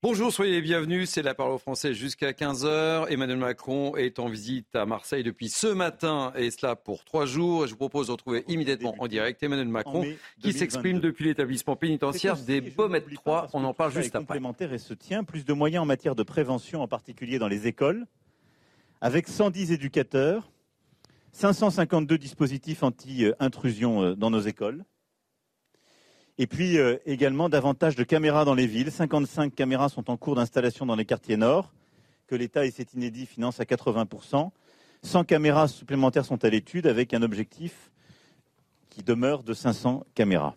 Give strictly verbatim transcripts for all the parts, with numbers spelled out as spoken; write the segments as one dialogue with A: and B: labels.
A: Bonjour, soyez les bienvenus. C'est la parole aux Français jusqu'à quinze heures. Emmanuel Macron est en visite à Marseille depuis ce matin et cela pour trois jours. Je vous propose de retrouver immédiatement en direct Emmanuel Macron qui s'exprime depuis l'établissement pénitentiaire des Baumettes trois. On en parle juste après.
B: Complémentaire et se tient, plus de moyens en matière de prévention, en particulier dans les écoles, avec cent dix éducateurs, cinq cent cinquante-deux dispositifs anti-intrusion dans nos écoles. Et puis euh, également davantage de caméras dans les villes. cinquante-cinq caméras sont en cours d'installation dans les quartiers nord, que l'État, et c'est inédit, finance à quatre-vingts pour cent. cent caméras supplémentaires sont à l'étude avec un objectif qui demeure de cinq cents caméras.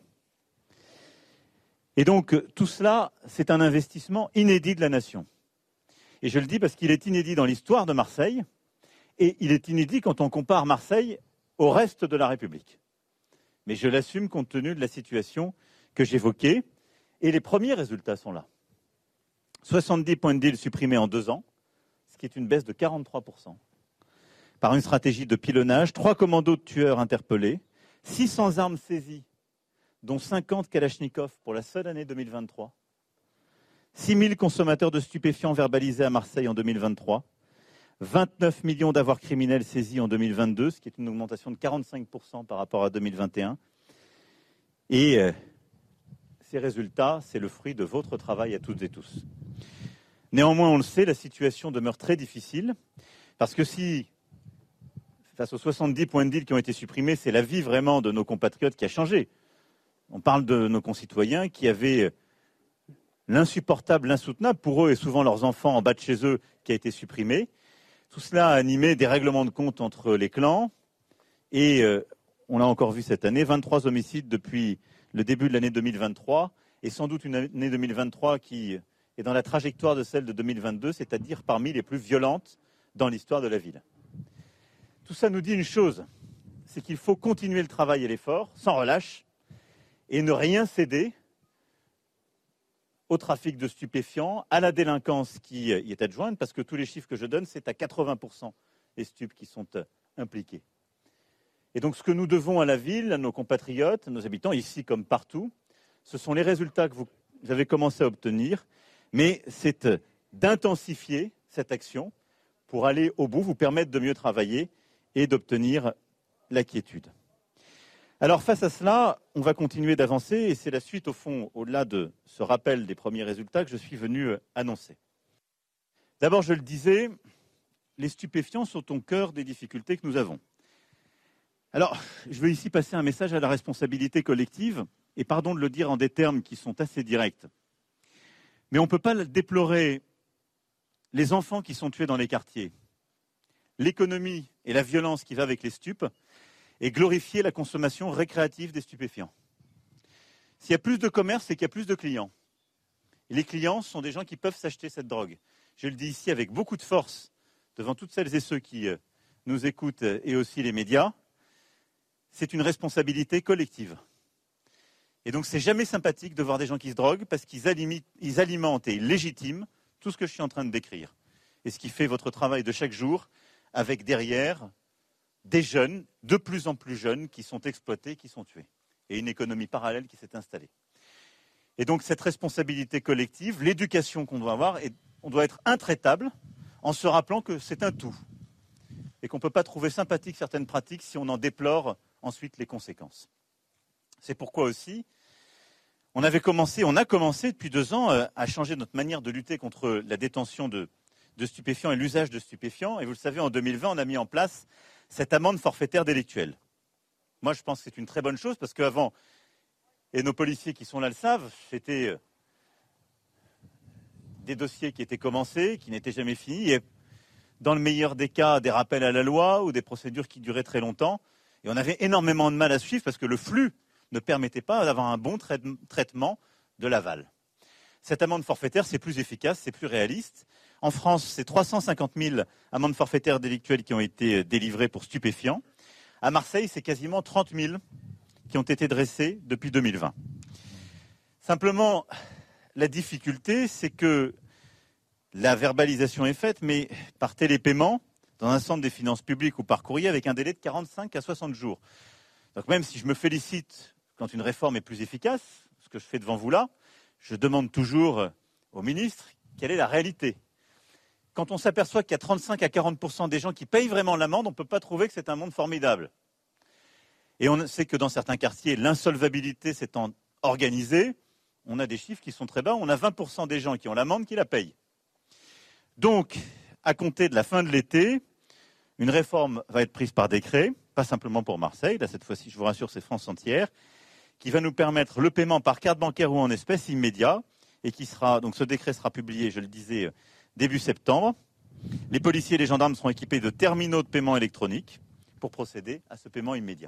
B: Et donc tout cela, c'est un investissement inédit de la nation. Et je le dis parce qu'il est inédit dans l'histoire de Marseille et il est inédit quand on compare Marseille au reste de la République. Mais je l'assume compte tenu de la situation que j'évoquais. Et les premiers résultats sont là. soixante-dix points de deal supprimés en deux ans, ce qui est une baisse de quarante-trois pour cent. Par une stratégie de pilonnage, trois commandos de tueurs interpellés, six cents armes saisies, dont cinquante Kalachnikov pour la seule année deux mille vingt-trois, six mille consommateurs de stupéfiants verbalisés à Marseille en deux mille vingt-trois, vingt-neuf millions d'avoirs criminels saisis en deux mille vingt-deux, ce qui est une augmentation de quarante-cinq pour cent par rapport à deux mille vingt et un. Et euh, ces résultats, c'est le fruit de votre travail à toutes et tous. Néanmoins, on le sait, la situation demeure très difficile, parce que si, face aux soixante-dix points de deal qui ont été supprimés, c'est la vie vraiment de nos compatriotes qui a changé. On parle de nos concitoyens qui avaient l'insupportable, l'insoutenable, pour eux et souvent leurs enfants en bas de chez eux, qui a été supprimé. Tout cela a animé des règlements de compte entre les clans et, euh, on l'a encore vu cette année, vingt-trois homicides depuis le début de l'année deux mille vingt-trois et sans doute une année deux mille vingt-trois qui est dans la trajectoire de celle de deux mille vingt-deux, c'est-à-dire parmi les plus violentes dans l'histoire de la ville. Tout ça nous dit une chose, c'est qu'il faut continuer le travail et l'effort sans relâche et ne rien céder au trafic de stupéfiants, à la délinquance qui y est adjointe, parce que tous les chiffres que je donne, c'est à quatre-vingts pour cent les stupes qui sont impliqués. Et donc ce que nous devons à la ville, à nos compatriotes, à nos habitants, ici comme partout, ce sont les résultats que vous avez commencé à obtenir, mais c'est d'intensifier cette action pour aller au bout, vous permettre de mieux travailler et d'obtenir la quiétude. Alors face à cela, on va continuer d'avancer et c'est la suite au fond, au-delà de ce rappel des premiers résultats que je suis venu annoncer. D'abord, je le disais, les stupéfiants sont au cœur des difficultés que nous avons. Alors, je veux ici passer un message à la responsabilité collective et pardon de le dire en des termes qui sont assez directs. Mais on ne peut pas déplorer les enfants qui sont tués dans les quartiers, l'économie et la violence qui va avec les stupes, et glorifier la consommation récréative des stupéfiants. S'il y a plus de commerce, c'est qu'il y a plus de clients. Et les clients sont des gens qui peuvent s'acheter cette drogue. Je le dis ici avec beaucoup de force devant toutes celles et ceux qui nous écoutent et aussi les médias. C'est une responsabilité collective. Et donc c'est jamais sympathique de voir des gens qui se droguent parce qu'ils ils alimentent et ils légitiment tout ce que je suis en train de décrire. Et ce qui fait votre travail de chaque jour avec derrière des jeunes, de plus en plus jeunes, qui sont exploités, qui sont tués. Et une économie parallèle qui s'est installée. Et donc cette responsabilité collective, l'éducation qu'on doit avoir, et on doit être intraitable en se rappelant que c'est un tout. Et qu'on ne peut pas trouver sympathique certaines pratiques si on en déplore ensuite les conséquences. C'est pourquoi aussi, on avait commencé, on a commencé depuis deux ans à changer notre manière de lutter contre la détention de, de stupéfiants et l'usage de stupéfiants. Et vous le savez, en deux mille vingt, on a mis en place cette amende forfaitaire délictuelle. Moi, je pense que c'est une très bonne chose parce qu'avant, et nos policiers qui sont là le savent, c'était des dossiers qui étaient commencés, qui n'étaient jamais finis, et dans le meilleur des cas, des rappels à la loi ou des procédures qui duraient très longtemps. Et on avait énormément de mal à suivre parce que le flux ne permettait pas d'avoir un bon trai- traitement de l'aval. Cette amende forfaitaire, c'est plus efficace, c'est plus réaliste. En France, c'est trois cent cinquante mille amendes forfaitaires délictuelles qui ont été délivrées pour stupéfiants. À Marseille, c'est quasiment trente mille qui ont été dressées depuis deux mille vingt. Simplement, la difficulté, c'est que la verbalisation est faite, mais par télépaiement, dans un centre des finances publiques ou par courrier, avec un délai de quarante-cinq à soixante jours. Donc même si je me félicite quand une réforme est plus efficace, ce que je fais devant vous là, je demande toujours au ministre quelle est la réalité. Quand on s'aperçoit qu'il y a trente-cinq à quarante pour cent des gens qui payent vraiment l'amende, on ne peut pas trouver que c'est un monde formidable. Et on sait que dans certains quartiers, l'insolvabilité s'étant organisée, on a des chiffres qui sont très bas, on a vingt pour cent des gens qui ont l'amende qui la payent. Donc, à compter de la fin de l'été, une réforme va être prise par décret, pas simplement pour Marseille, là cette fois-ci, je vous rassure, c'est France entière, qui va nous permettre le paiement par carte bancaire ou en espèces immédiat, et qui sera, donc ce décret sera publié, je le disais, début septembre. Les policiers et les gendarmes seront équipés de terminaux de paiement électronique pour procéder à ce paiement immédiat.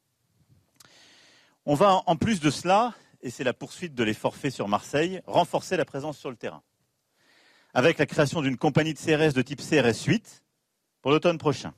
B: On va, en plus de cela, et c'est la poursuite de l'effort fait sur Marseille, renforcer la présence sur le terrain, avec la création d'une compagnie de C R S de type C R S huit pour l'automne prochain.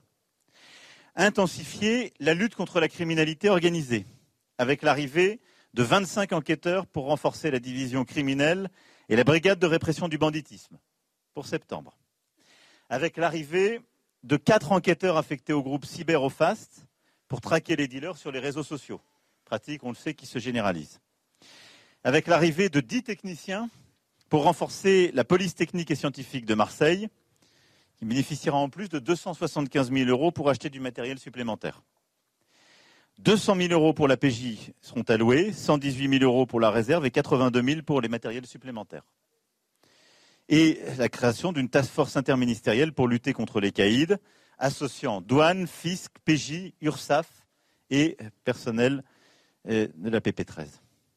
B: Intensifier la lutte contre la criminalité organisée, avec l'arrivée de vingt-cinq enquêteurs pour renforcer la division criminelle et la brigade de répression du banditisme, pour septembre. Avec l'arrivée de quatre enquêteurs affectés au groupe Cyber-Ofast pour traquer les dealers sur les réseaux sociaux. Pratique, on le sait, qui se généralise. Avec l'arrivée de dix techniciens pour renforcer la police technique et scientifique de Marseille, qui bénéficiera en plus de deux cent soixante-quinze mille euros pour acheter du matériel supplémentaire. deux cent mille euros pour la P J seront alloués, cent dix-huit mille euros pour la réserve et quatre-vingt-deux mille pour les matériels supplémentaires. Et la création d'une task force interministérielle pour lutter contre les caïds, associant douane, fisc, P J, URSAF et personnel de la P P treize.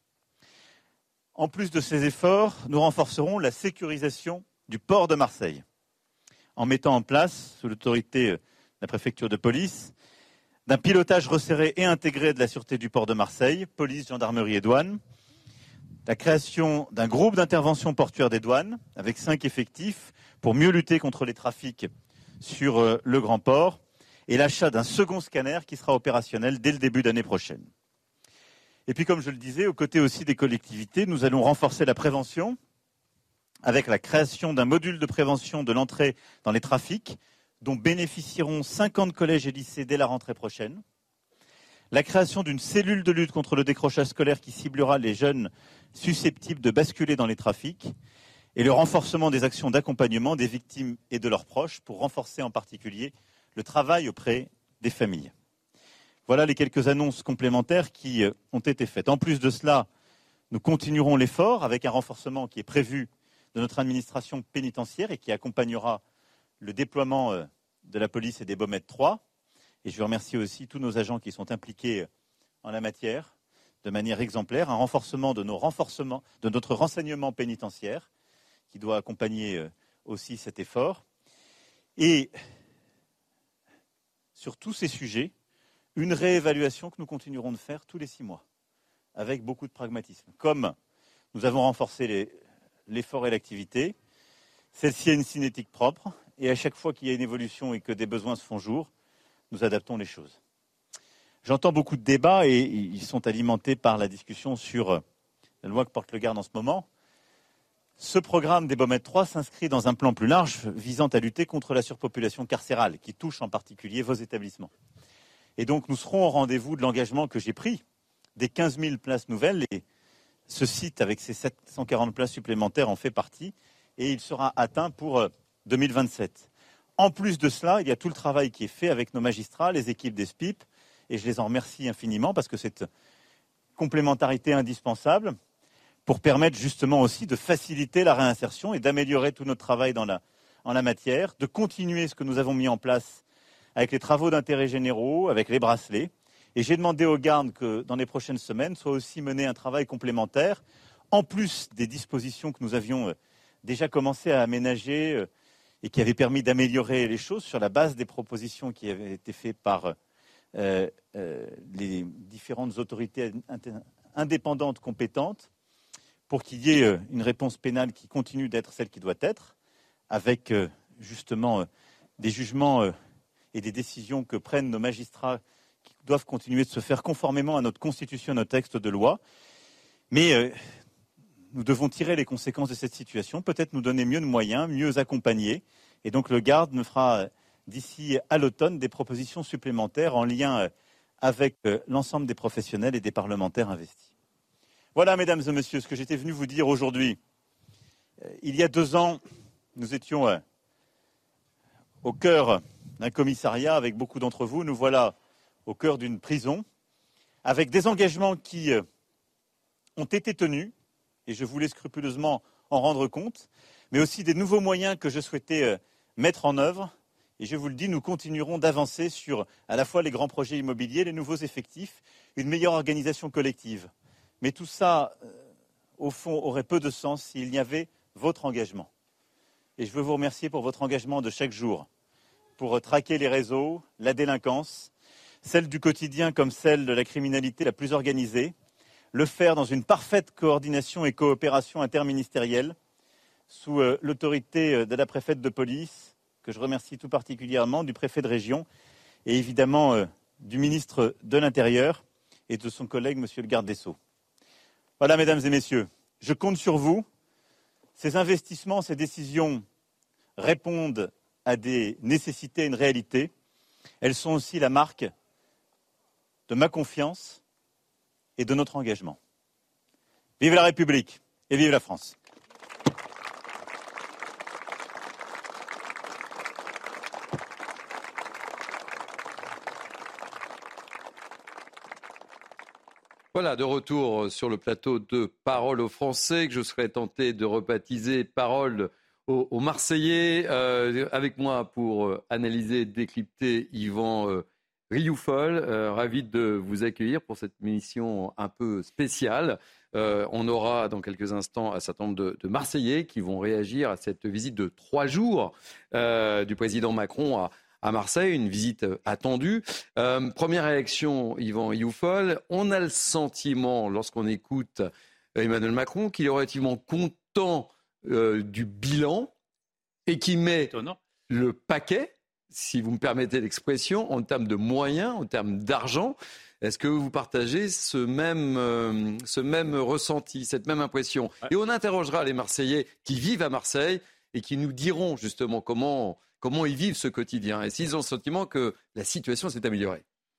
B: En plus de ces efforts, nous renforcerons la sécurisation du port de Marseille, en mettant en place, sous l'autorité de la préfecture de police, d'un pilotage resserré et intégré de la sûreté du port de Marseille, police, gendarmerie et douane, la création d'un groupe d'intervention portuaire des douanes, avec cinq effectifs, pour mieux lutter contre les trafics sur le Grand Port, et l'achat d'un second scanner qui sera opérationnel dès le début d'année prochaine. Et puis, comme je le disais, aux côtés aussi des collectivités, nous allons renforcer la prévention avec la création d'un module de prévention de l'entrée dans les trafics dont bénéficieront cinquante collèges et lycées dès la rentrée prochaine. La création d'une cellule de lutte contre le décrochage scolaire qui ciblera les jeunes susceptibles de basculer dans les trafics et le renforcement des actions d'accompagnement des victimes et de leurs proches pour renforcer en particulier le travail auprès des familles. Voilà les quelques annonces complémentaires qui ont été faites. En plus de cela, nous continuerons l'effort avec un renforcement qui est prévu de notre administration pénitentiaire et qui accompagnera le déploiement de la police et des Baumettes trois. Et je veux remercier aussi tous nos agents qui sont impliqués en la matière de manière exemplaire. Un renforcement de, nos renforcements, de notre renseignement pénitentiaire qui doit accompagner aussi cet effort. Et sur tous ces sujets, une réévaluation que nous continuerons de faire tous les six mois, avec beaucoup de pragmatisme. Comme nous avons renforcé les, l'effort et l'activité, celle-ci a une cinétique propre, et à chaque fois qu'il y a une évolution et que des besoins se font jour, nous adaptons les choses. J'entends beaucoup de débats, et ils sont alimentés par la discussion sur la loi que porte le garde en ce moment. Ce programme des Baumettes trois s'inscrit dans un plan plus large visant à lutter contre la surpopulation carcérale, qui touche en particulier vos établissements. Et donc, nous serons au rendez-vous de l'engagement que j'ai pris des quinze mille places nouvelles. Et ce site, avec ses sept cent quarante places supplémentaires, en fait partie. Et il sera atteint pour deux mille vingt-sept. En plus de cela, il y a tout le travail qui est fait avec nos magistrats, les équipes des S P I P. Et je les en remercie infiniment parce que c'est une complémentarité indispensable pour permettre justement aussi de faciliter la réinsertion et d'améliorer tout notre travail dans la, en la matière, de continuer ce que nous avons mis en place avec les travaux d'intérêt généraux, avec les bracelets. Et j'ai demandé aux gardes que dans les prochaines semaines soit aussi mené un travail complémentaire, en plus des dispositions que nous avions déjà commencé à aménager et qui avaient permis d'améliorer les choses sur la base des propositions qui avaient été faites par euh, euh, les différentes autorités indépendantes compétentes, pour qu'il y ait une réponse pénale qui continue d'être celle qui doit être, avec justement des jugements et des décisions que prennent nos magistrats qui doivent continuer de se faire conformément à notre Constitution, à nos textes de loi. Mais euh, nous devons tirer les conséquences de cette situation, peut-être nous donner mieux de moyens, mieux accompagner. Et donc le garde me fera d'ici à l'automne des propositions supplémentaires en lien avec l'ensemble des professionnels et des parlementaires investis. Voilà, mesdames et messieurs, ce que j'étais venu vous dire aujourd'hui. Il y a deux ans, nous étions euh, au cœur d'un commissariat avec beaucoup d'entre vous. Nous voilà au cœur d'une prison, avec des engagements qui euh, ont été tenus, et je voulais scrupuleusement en rendre compte, mais aussi des nouveaux moyens que je souhaitais euh, mettre en œuvre. Et je vous le dis, nous continuerons d'avancer sur à la fois les grands projets immobiliers, les nouveaux effectifs, une meilleure organisation collective. Mais tout ça, euh, au fond, aurait peu de sens s'il n'y avait votre engagement. Et je veux vous remercier pour votre engagement de chaque jour, pour traquer les réseaux, la délinquance, celle du quotidien comme celle de la criminalité la plus organisée, le faire dans une parfaite coordination et coopération interministérielle, sous euh, l'autorité de la préfète de police, que je remercie tout particulièrement, du préfet de région et évidemment euh, du ministre de l'Intérieur et de son collègue, monsieur le garde des Sceaux. Voilà, mesdames et messieurs, je compte sur vous. Ces investissements, ces décisions répondent à des nécessités et une réalité. Elles sont aussi la marque de ma confiance et de notre engagement. Vive la République et vive la France.
A: Voilà, de retour sur le plateau de Parole aux Français, que je serais tenté de rebaptiser Parole aux, aux Marseillais. Euh, avec moi pour euh, analyser, décrypter Yvan euh, Rioufol. Euh, ravi de vous accueillir pour cette mission un peu spéciale. Euh, on aura dans quelques instants un certain nombre de, de Marseillais qui vont réagir à cette visite de trois jours euh, du président Macron à à Marseille, une visite attendue. Euh, première réaction, Yvan Rioufol. On a le sentiment, lorsqu'on écoute Emmanuel Macron, qu'il est relativement content euh, du bilan et qui met Étonnant. le paquet, si vous me permettez l'expression, en termes de moyens, en termes d'argent. Est-ce que vous partagez ce même, euh, ce même ressenti, cette même impression ? Ouais. Et on interrogera les Marseillais qui vivent à Marseille et qui nous diront justement comment... Comment ils vivent ce quotidien et s'ils ont le sentiment que la situation s'est améliorée.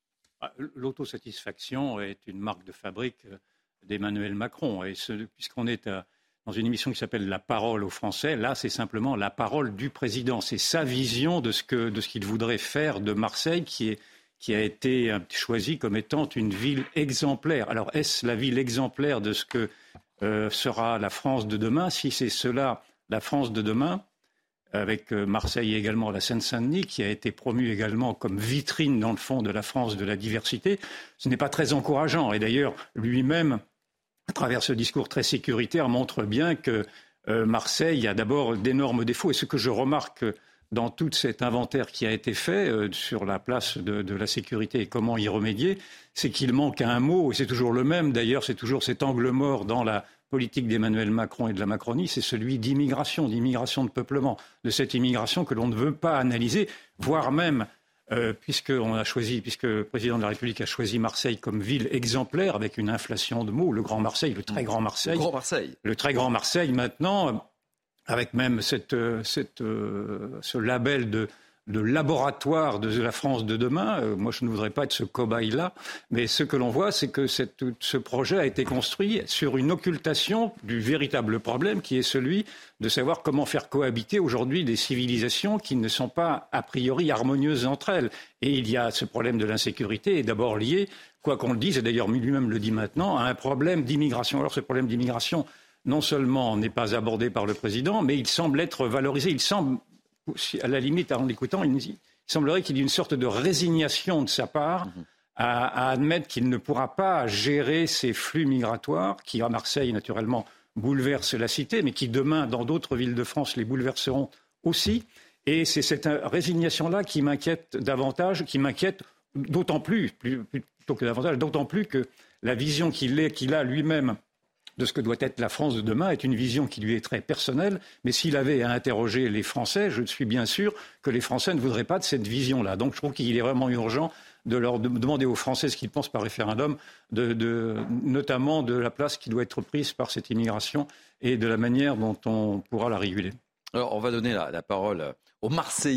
C: L'autosatisfaction est une marque de fabrique d'Emmanuel Macron. Et ce, puisqu'on est à, dans une émission qui s'appelle La Parole aux Français, là, c'est simplement la parole du président. C'est sa vision de ce, que, de ce qu'il voudrait faire de Marseille, qui, est, qui a été choisie comme étant une ville exemplaire. Alors, est-ce la ville exemplaire de ce que euh, sera la France de demain ? Si c'est cela, la France de demain, avec Marseille et également la Seine-Saint-Denis, qui a été promue également comme vitrine, dans le fond, de la France de la diversité, ce n'est pas très encourageant. Et d'ailleurs, lui-même, à travers ce discours très sécuritaire, montre bien que euh, Marseille a d'abord d'énormes défauts. Et ce que je remarque dans tout cet inventaire qui a été fait euh, sur la place de, de la sécurité et comment y remédier, c'est qu'il manque un mot, et c'est toujours le même, d'ailleurs, c'est toujours cet angle mort dans la politique d'Emmanuel Macron et de la Macronie, c'est celui d'immigration, d'immigration de peuplement, de cette immigration que l'on ne veut pas analyser, voire même, euh, puisqu'on a choisi, puisque le président de la République a choisi Marseille comme ville exemplaire, avec une inflation de mots, le Grand Marseille, le très Grand Marseille,
A: le Grand Marseille,
C: le très Grand Marseille maintenant, avec même cette, cette, euh, ce label de de laboratoire de la France de demain. Euh, moi, je ne voudrais pas être ce cobaye-là, mais ce que l'on voit, c'est que cette, ce projet a été construit sur une occultation du véritable problème, qui est celui de savoir comment faire cohabiter aujourd'hui des civilisations qui ne sont pas a priori harmonieuses entre elles. Et il y a ce problème de l'insécurité, est d'abord lié, quoi qu'on le dise, et d'ailleurs lui-même le dit maintenant, à un problème d'immigration. Alors ce problème d'immigration, non seulement n'est pas abordé par le président, mais il semble être valorisé, il semble... à la limite, en l'écoutant, il semblerait qu'il y ait une sorte de résignation de sa part à, à admettre qu'il ne pourra pas gérer ces flux migratoires qui, à Marseille, naturellement, bouleversent la cité, mais qui, demain, dans d'autres villes de France, les bouleverseront aussi. Et c'est cette résignation-là qui m'inquiète davantage, qui m'inquiète d'autant plus, plus plutôt que davantage, d'autant plus que la vision qu'il est, qu'il a lui-même de ce que doit être la France de demain est une vision qui lui est très personnelle, mais s'il avait à interroger les Français, je suis bien sûr que les Français ne voudraient pas de cette vision-là. Donc je trouve qu'il est vraiment urgent de leur de demander aux Français ce qu'ils pensent par référendum, de, de, notamment de la place qui doit être prise par cette immigration et de la manière dont on pourra la réguler.
A: Alors on va donner la, la parole aux Marseillais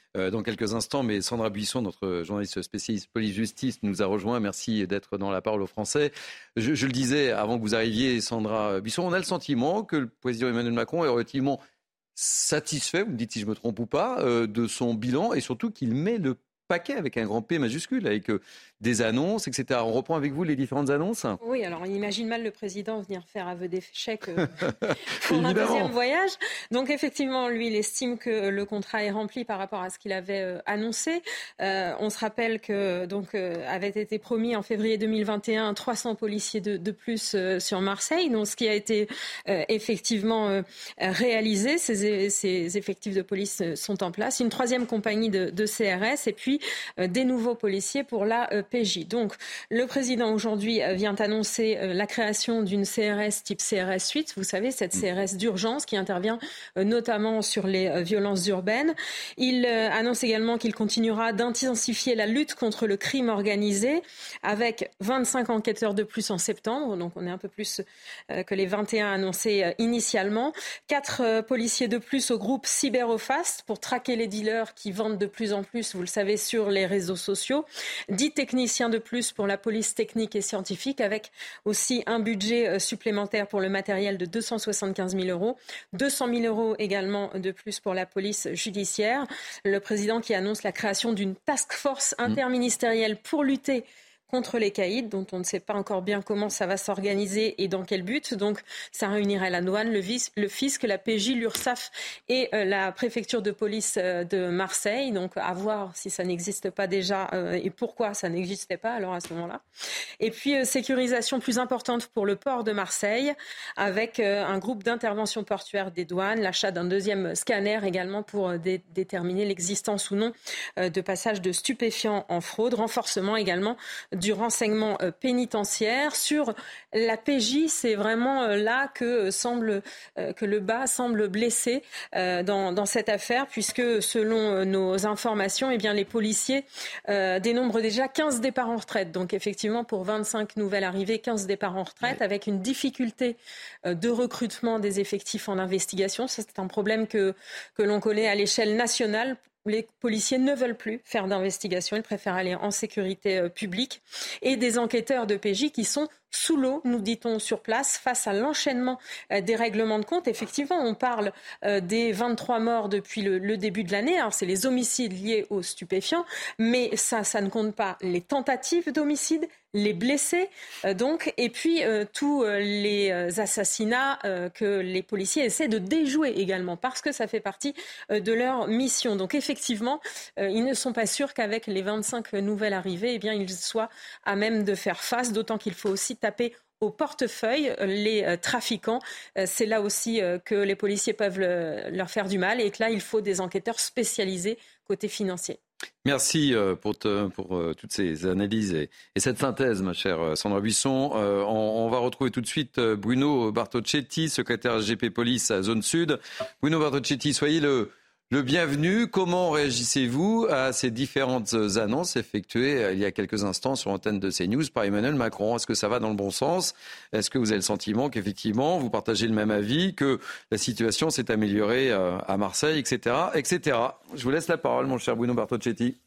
A: euh, dans quelques instants. Mais Sandra Buisson, notre journaliste spécialiste police-justice, nous a rejoint. Merci d'être dans La Parole aux Français. Je, je le disais avant que vous arriviez, Sandra Buisson, on a le sentiment que le président Emmanuel Macron est relativement satisfait, vous me dites si je me trompe ou pas, euh, de son bilan et surtout qu'il met le paquet avec un grand P majuscule, avec euh, des annonces, et cetera. On reprend avec vous les différentes annonces ?
D: Oui, alors on imagine mal le président venir faire aveu d'échec euh, pour un deuxième voyage. Donc effectivement, lui, il estime que le contrat est rempli par rapport à ce qu'il avait euh, annoncé. Euh, on se rappelle que donc euh, avait été promis en février deux mille vingt et un trois cents policiers de, de plus euh, sur Marseille. Donc ce qui a été euh, effectivement euh, réalisé, ces, ces effectifs de police sont en place. Une troisième compagnie de, de C R S et puis euh, des nouveaux policiers pour la euh, P J. Donc, le président aujourd'hui vient annoncer la création d'une C R S type C R S huit. Vous savez, cette C R S d'urgence qui intervient notamment sur les violences urbaines. Il annonce également qu'il continuera d'intensifier la lutte contre le crime organisé avec vingt-cinq enquêteurs de plus en septembre. Donc, on est un peu plus que les vingt et un annoncés initialement. Quatre policiers de plus au groupe Cyberofast pour traquer les dealers qui vendent de plus en plus, vous le savez, sur les réseaux sociaux. Dix techniciens de plus pour la police technique et scientifique avec aussi un budget supplémentaire pour le matériel de deux cent soixante-quinze mille euros. deux cent mille euros également de plus pour la police judiciaire. Le président qui annonce la création d'une task force interministérielle pour lutter contre les caïds, dont on ne sait pas encore bien comment ça va s'organiser et dans quel but. Donc, ça réunirait la douane, le, vis, le fisc, la P J, l'URSSAF et euh, la préfecture de police euh, de Marseille. Donc, à voir si ça n'existe pas déjà euh, et pourquoi ça n'existait pas alors à ce moment-là. Et puis, euh, sécurisation plus importante pour le port de Marseille avec euh, un groupe d'intervention portuaire des douanes, l'achat d'un deuxième scanner également pour euh, dé- déterminer l'existence ou non euh, de passages de stupéfiants en fraude. Renforcement également du renseignement pénitentiaire. Sur la P J, c'est vraiment là que, semble, que le bas semble blessé dans, dans cette affaire, puisque selon nos informations, eh bien, les policiers euh, dénombrent déjà quinze départs en retraite. Donc effectivement, pour vingt-cinq nouvelles arrivées, quinze départs en retraite, avec une difficulté de recrutement des effectifs en investigation. Ça, c'est un problème que, que l'on connaît à l'échelle nationale. Les policiers ne veulent plus faire d'investigation, ils préfèrent aller en sécurité euh, publique. Et des enquêteurs de P J qui sont sous l'eau, nous dit-on sur place, face à l'enchaînement euh, des règlements de compte. Effectivement, on parle euh, des vingt-trois morts depuis le, le début de l'année. Alors, c'est les homicides liés aux stupéfiants, mais ça, ça ne compte pas les tentatives d'homicide, les blessés, euh, donc, et puis euh, tous euh, les assassinats euh, que les policiers essaient de déjouer également, parce que ça fait partie euh, de leur mission. Donc, effectivement, euh, ils ne sont pas sûrs qu'avec les vingt-cinq nouvelles arrivées, eh bien, ils soient à même de faire face, d'autant qu'il faut aussi taper au portefeuille les euh, trafiquants. Euh, c'est là aussi euh, que les policiers peuvent le, leur faire du mal et que là, il faut des enquêteurs spécialisés côté financier.
A: Merci pour, te, pour toutes ces analyses et, et cette synthèse, ma chère Sandra Buisson. Euh, on, on va retrouver tout de suite Bruno Bartocchetti, secrétaire G P Police à Zone Sud. Bruno Bartocchetti, soyez le, le bienvenu. Comment réagissez-vous à ces différentes annonces effectuées il y a quelques instants sur l'antenne de CNews par Emmanuel Macron ? Est-ce que ça va dans le bon sens ? Est-ce que vous avez le sentiment qu'effectivement vous partagez le même avis, que la situation s'est améliorée à Marseille, et cetera, et cetera. Je vous laisse la parole, mon cher Bruno Bartocchetti.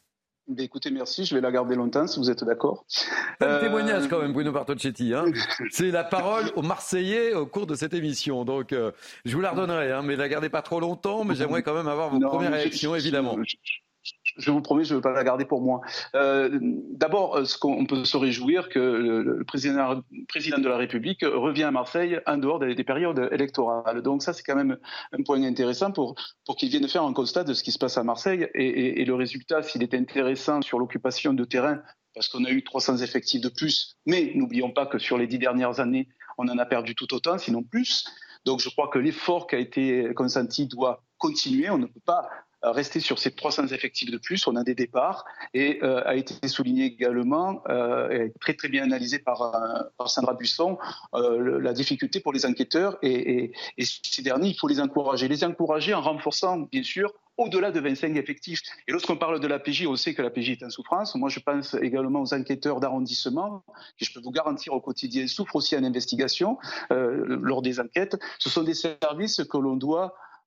E: Ben écoutez, merci, je vais la garder longtemps si vous êtes d'accord.
A: C'est un euh... témoignage quand même, Bruno Bartocchetti. Hein. C'est la parole aux Marseillais au cours de cette émission. Donc, euh, je vous la redonnerai, hein, mais la gardez pas trop longtemps. Mais j'aimerais quand même avoir vos non, premières réactions, je, évidemment.
E: Je, je, je vous promets, je ne veux pas la garder pour moi. Euh, d'abord, ce qu'on peut se réjouir que le président, le président de la République revient à Marseille en dehors des, des périodes électorales. Donc ça, c'est quand même un point intéressant pour, pour qu'il vienne faire un constat de ce qui se passe à Marseille. Et, et, et le résultat, s'il est intéressant sur l'occupation de terrain, parce qu'on a eu trois cents effectifs de plus, mais n'oublions pas que sur les dix dernières années, on en a perdu tout autant, sinon plus. Donc je crois que l'effort qui a été consenti doit continuer. On ne peut pas rester sur ces trois cents effectifs de plus, on a des départs, et euh, a été souligné également, euh, et très très bien analysé par, euh, par Sandra Buisson, euh, la difficulté pour les enquêteurs, et, et, et ces derniers, il faut les encourager. Les encourager en renforçant, bien sûr, au-delà de vingt-cinq effectifs. Et lorsqu'on parle de la P J, on sait que la P J est en souffrance. Moi, je pense également aux enquêteurs d'arrondissement, qui, je peux vous garantir, au quotidien, souffrent aussi en investigation euh, lors des enquêtes. Ce sont des services que l'on doit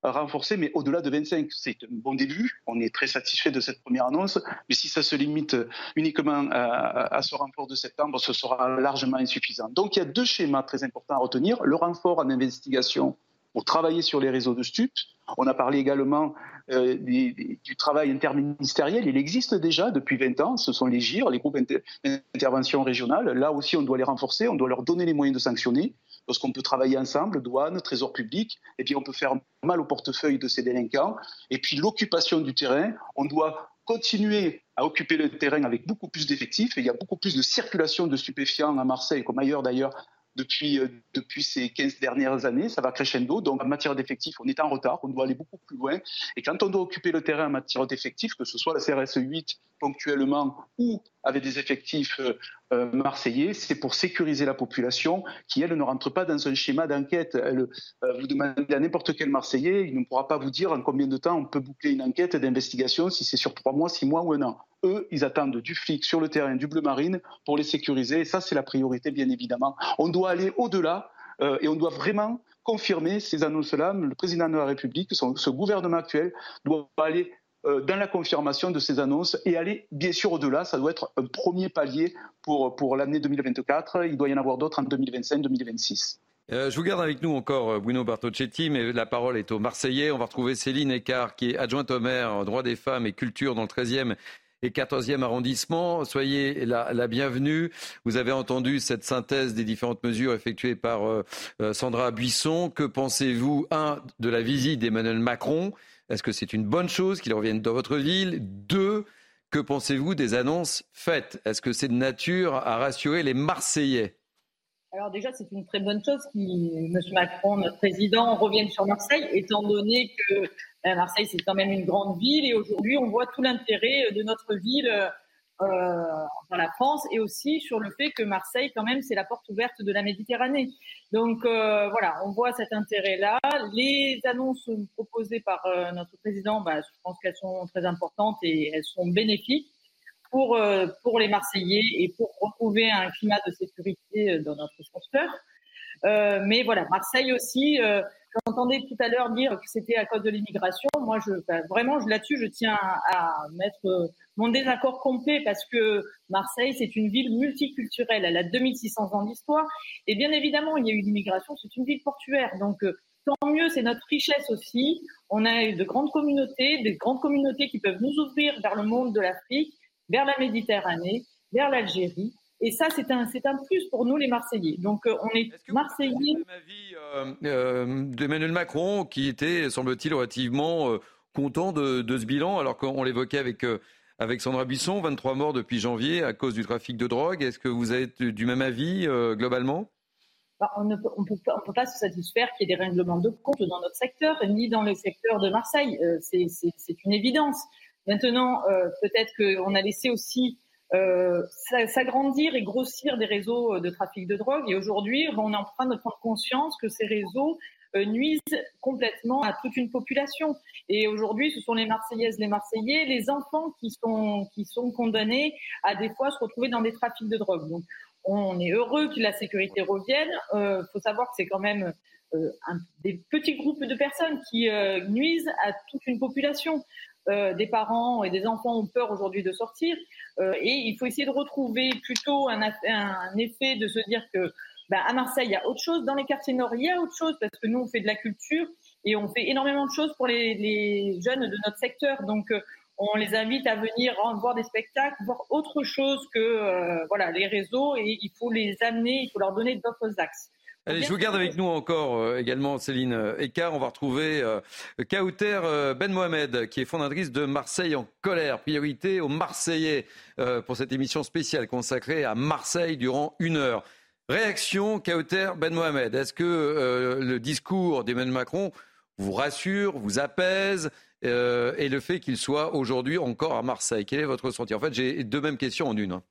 E: renforcer, mais au-delà de vingt-cinq. C'est un bon début, on est très satisfait de cette première annonce, mais si ça se limite uniquement à, à ce renfort de septembre, ce sera largement insuffisant. Donc il y a deux schémas très importants à retenir, le renfort en investigation pour travailler sur les réseaux de stupes. On a parlé également euh, des, des, du travail interministériel, il existe déjà depuis vingt ans, ce sont les G I R, les groupes d'intervention régionales. Là aussi, on doit les renforcer, on doit leur donner les moyens de sanctionner. Lorsqu'on peut travailler ensemble, douane, trésor public, et puis on peut faire mal au portefeuille de ces délinquants. Et puis l'occupation du terrain, on doit continuer à occuper le terrain avec beaucoup plus d'effectifs. Et il y a beaucoup plus de circulation de stupéfiants à Marseille, comme ailleurs d'ailleurs, Depuis, euh, depuis ces quinze dernières années, ça va crescendo. Donc, en matière d'effectifs, on est en retard, on doit aller beaucoup plus loin. Et quand on doit occuper le terrain en matière d'effectifs, que ce soit la C R S huit ponctuellement ou avec des effectifs euh, euh, marseillais, c'est pour sécuriser la population qui, elle, ne rentre pas dans un schéma d'enquête. Elle, euh, vous demandez à n'importe quel Marseillais, il ne pourra pas vous dire en combien de temps on peut boucler une enquête d'investigation, si c'est sur trois mois, six mois ou un an. Eux, ils attendent du flic sur le terrain, du bleu marine, pour les sécuriser. Et ça, c'est la priorité, bien évidemment. On doit aller au-delà euh, et on doit vraiment confirmer ces annonces-là. Le président de la République, son, ce gouvernement actuel, doit aller euh, dans la confirmation de ces annonces et aller bien sûr au-delà. Ça doit être un premier palier pour, pour l'année deux mille vingt-quatre. Il doit y en avoir d'autres en deux mille vingt-cinq deux mille vingt-six.
A: Euh, je vous garde avec nous encore Bruno Bartocchetti, mais la parole est aux Marseillais. On va retrouver Céline Eckart, qui est adjointe au maire, droit des femmes et culture dans le treizième et quatorzième arrondissement. Soyez la, la bienvenue. Vous avez entendu cette synthèse des différentes mesures effectuées par euh, Sandra Buisson. Que pensez-vous, un, de la visite d'Emmanuel Macron? Est-ce que c'est une bonne chose qu'il revienne dans votre ville? Deux, que pensez-vous des annonces faites? Est-ce que c'est de nature à rassurer les Marseillais?
F: Alors déjà, c'est une très bonne chose qu'M. Macron, notre président, revienne sur Marseille, étant donné que ben, Marseille, c'est quand même une grande ville et aujourd'hui, on voit tout l'intérêt de notre ville euh, dans la France et aussi sur le fait que Marseille, quand même, c'est la porte ouverte de la Méditerranée. Donc euh, voilà, on voit cet intérêt-là. Les annonces proposées par euh, notre président, ben, je pense qu'elles sont très importantes et elles sont bénéfiques pour, euh, pour les Marseillais et pour retrouver un climat de sécurité dans notre secteur. Euh, mais voilà, Marseille aussi, euh, j'entendais tout à l'heure dire que c'était à cause de l'immigration. Moi, je, ben, vraiment, je, là-dessus, je tiens à, à mettre mon désaccord complet parce que Marseille, c'est une ville multiculturelle. Elle a deux mille six cents ans d'histoire. Et bien évidemment, il y a eu l'immigration. C'est une ville portuaire. Donc, euh, tant mieux, c'est notre richesse aussi. On a de grandes communautés, des grandes communautés qui peuvent nous ouvrir vers le monde de l'Afrique, vers la Méditerranée, vers l'Algérie. Et ça, c'est un, c'est un plus pour nous, les Marseillais. Donc, euh, on est, est Marseillais.
A: Est-ce que avis euh, euh, d'Emmanuel Macron, qui était, semble-t-il, relativement euh, content de, de ce bilan, alors qu'on l'évoquait avec, euh, avec Sandra Buisson, vingt-trois morts depuis janvier à cause du trafic de drogue. Est-ce que vous êtes du même avis, euh, globalement?
F: Bah, on ne peut, on peut, on peut pas se satisfaire qu'il y ait des règlements de compte dans notre secteur, ni dans le secteur de Marseille. Euh, c'est, c'est, c'est une évidence. Maintenant, euh, peut-être qu'on a laissé aussi euh, s'agrandir et grossir des réseaux de trafic de drogue. Et aujourd'hui, on est en train de prendre conscience que ces réseaux euh, nuisent complètement à toute une population. Et aujourd'hui, ce sont les Marseillaises, les Marseillais, les enfants qui sont, qui sont condamnés à des fois se retrouver dans des trafics de drogue. Donc, on est heureux que la sécurité revienne. Il euh, faut savoir que c'est quand même euh, un, des petits groupes de personnes qui euh, nuisent à toute une population. Euh, des parents et des enfants ont peur aujourd'hui de sortir euh, et il faut essayer de retrouver plutôt un, un effet de se dire que bah, à Marseille il y a autre chose, dans les quartiers nord il y a autre chose parce que nous on fait de la culture et on fait énormément de choses pour les, les jeunes de notre secteur, donc euh, on les invite à venir voir des spectacles, voir autre chose que euh, voilà les réseaux, et il faut les amener, il faut leur donner d'autres axes.
A: Allez, je vous garde avec nous encore euh, également Céline Eckart. On va retrouver euh, Kauter euh, Ben Mohamed, qui est fondatrice de Marseille en colère. Priorité aux Marseillais euh, pour cette émission spéciale consacrée à Marseille durant une heure. Réaction, Kauter Ben Mohamed. Est-ce que euh, le discours d'Emmanuel Macron vous rassure, vous apaise euh, et le fait qu'il soit aujourd'hui encore à Marseille? Quel est votre ressenti? En fait, j'ai deux mêmes questions en une. Hein.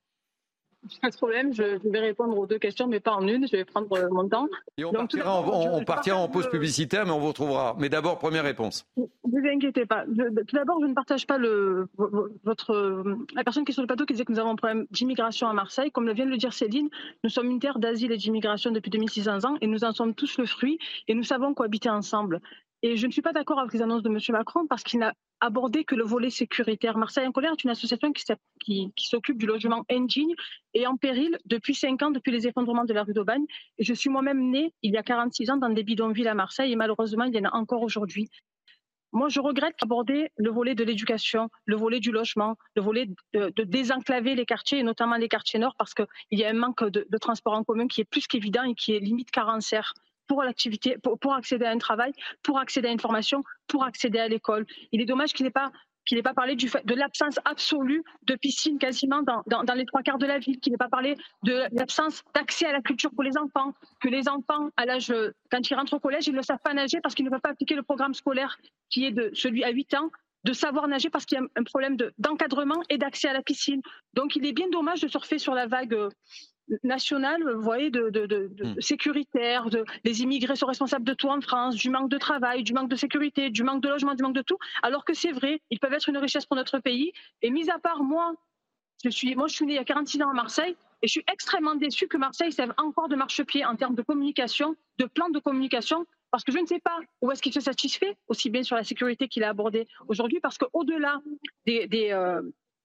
G: Pas de problème, je vais répondre aux deux questions, mais pas en une. Je vais prendre mon temps.
A: Et on Donc, partira, en, on, on partira en pause publicitaire, mais on vous retrouvera. Mais d'abord, première réponse.
G: Ne vous inquiétez pas. Je, tout d'abord, je ne partage pas le, votre, la personne qui est sur le plateau qui disait que nous avons un problème d'immigration à Marseille. Comme vient de le dire Céline, nous sommes une terre d'asile et d'immigration depuis deux mille six cents ans et nous en sommes tous le fruit et nous savons cohabiter ensemble. Et je ne suis pas d'accord avec les annonces de M. Macron parce qu'il n'a abordé que le volet sécuritaire. Marseille en colère est une association qui, qui, qui s'occupe du logement indigne et en péril depuis cinq ans, depuis les effondrements de la rue d'Aubagne. Et je suis moi-même née il y a quarante-six ans dans des bidonvilles à Marseille et malheureusement, il y en a encore aujourd'hui. Moi, je regrette d'aborder le volet de l'éducation, le volet du logement, le volet de, de désenclaver les quartiers, et notamment les quartiers nord, parce qu'il y a un manque de, de transport en commun qui est plus qu'évident et qui est limite carencère pour l'activité, pour, pour accéder à un travail, pour accéder à une formation, pour accéder à l'école. Il est dommage qu'il n'ait pas qu'il n'ait pas parlé du fait, de l'absence absolue de piscine quasiment dans, dans, dans les trois quarts de la ville, qu'il n'ait pas parlé de l'absence d'accès à la culture pour les enfants, que les enfants, à l'âge, quand ils rentrent au collège, ils ne savent pas nager parce qu'ils ne peuvent pas appliquer le programme scolaire qui est de celui à huit ans, de savoir nager parce qu'il y a un problème de, d'encadrement et d'accès à la piscine. Donc il est bien dommage de surfer sur la vague nationale, vous voyez, de, de, de, de mmh. sécuritaire, de, les immigrés sont responsables de tout en France, du manque de travail, du manque de sécurité, du manque de logement, du manque de tout, alors que c'est vrai, ils peuvent être une richesse pour notre pays. Et mis à part moi, je suis, moi je suis née il y a quarante-six ans à Marseille, et je suis extrêmement déçue que Marseille serve encore de marchepied en termes de communication, de plan de communication, parce que je ne sais pas où est-ce qu'il se satisfait, aussi bien sur la sécurité qu'il a abordé aujourd'hui, parce qu'au-delà des... des euh,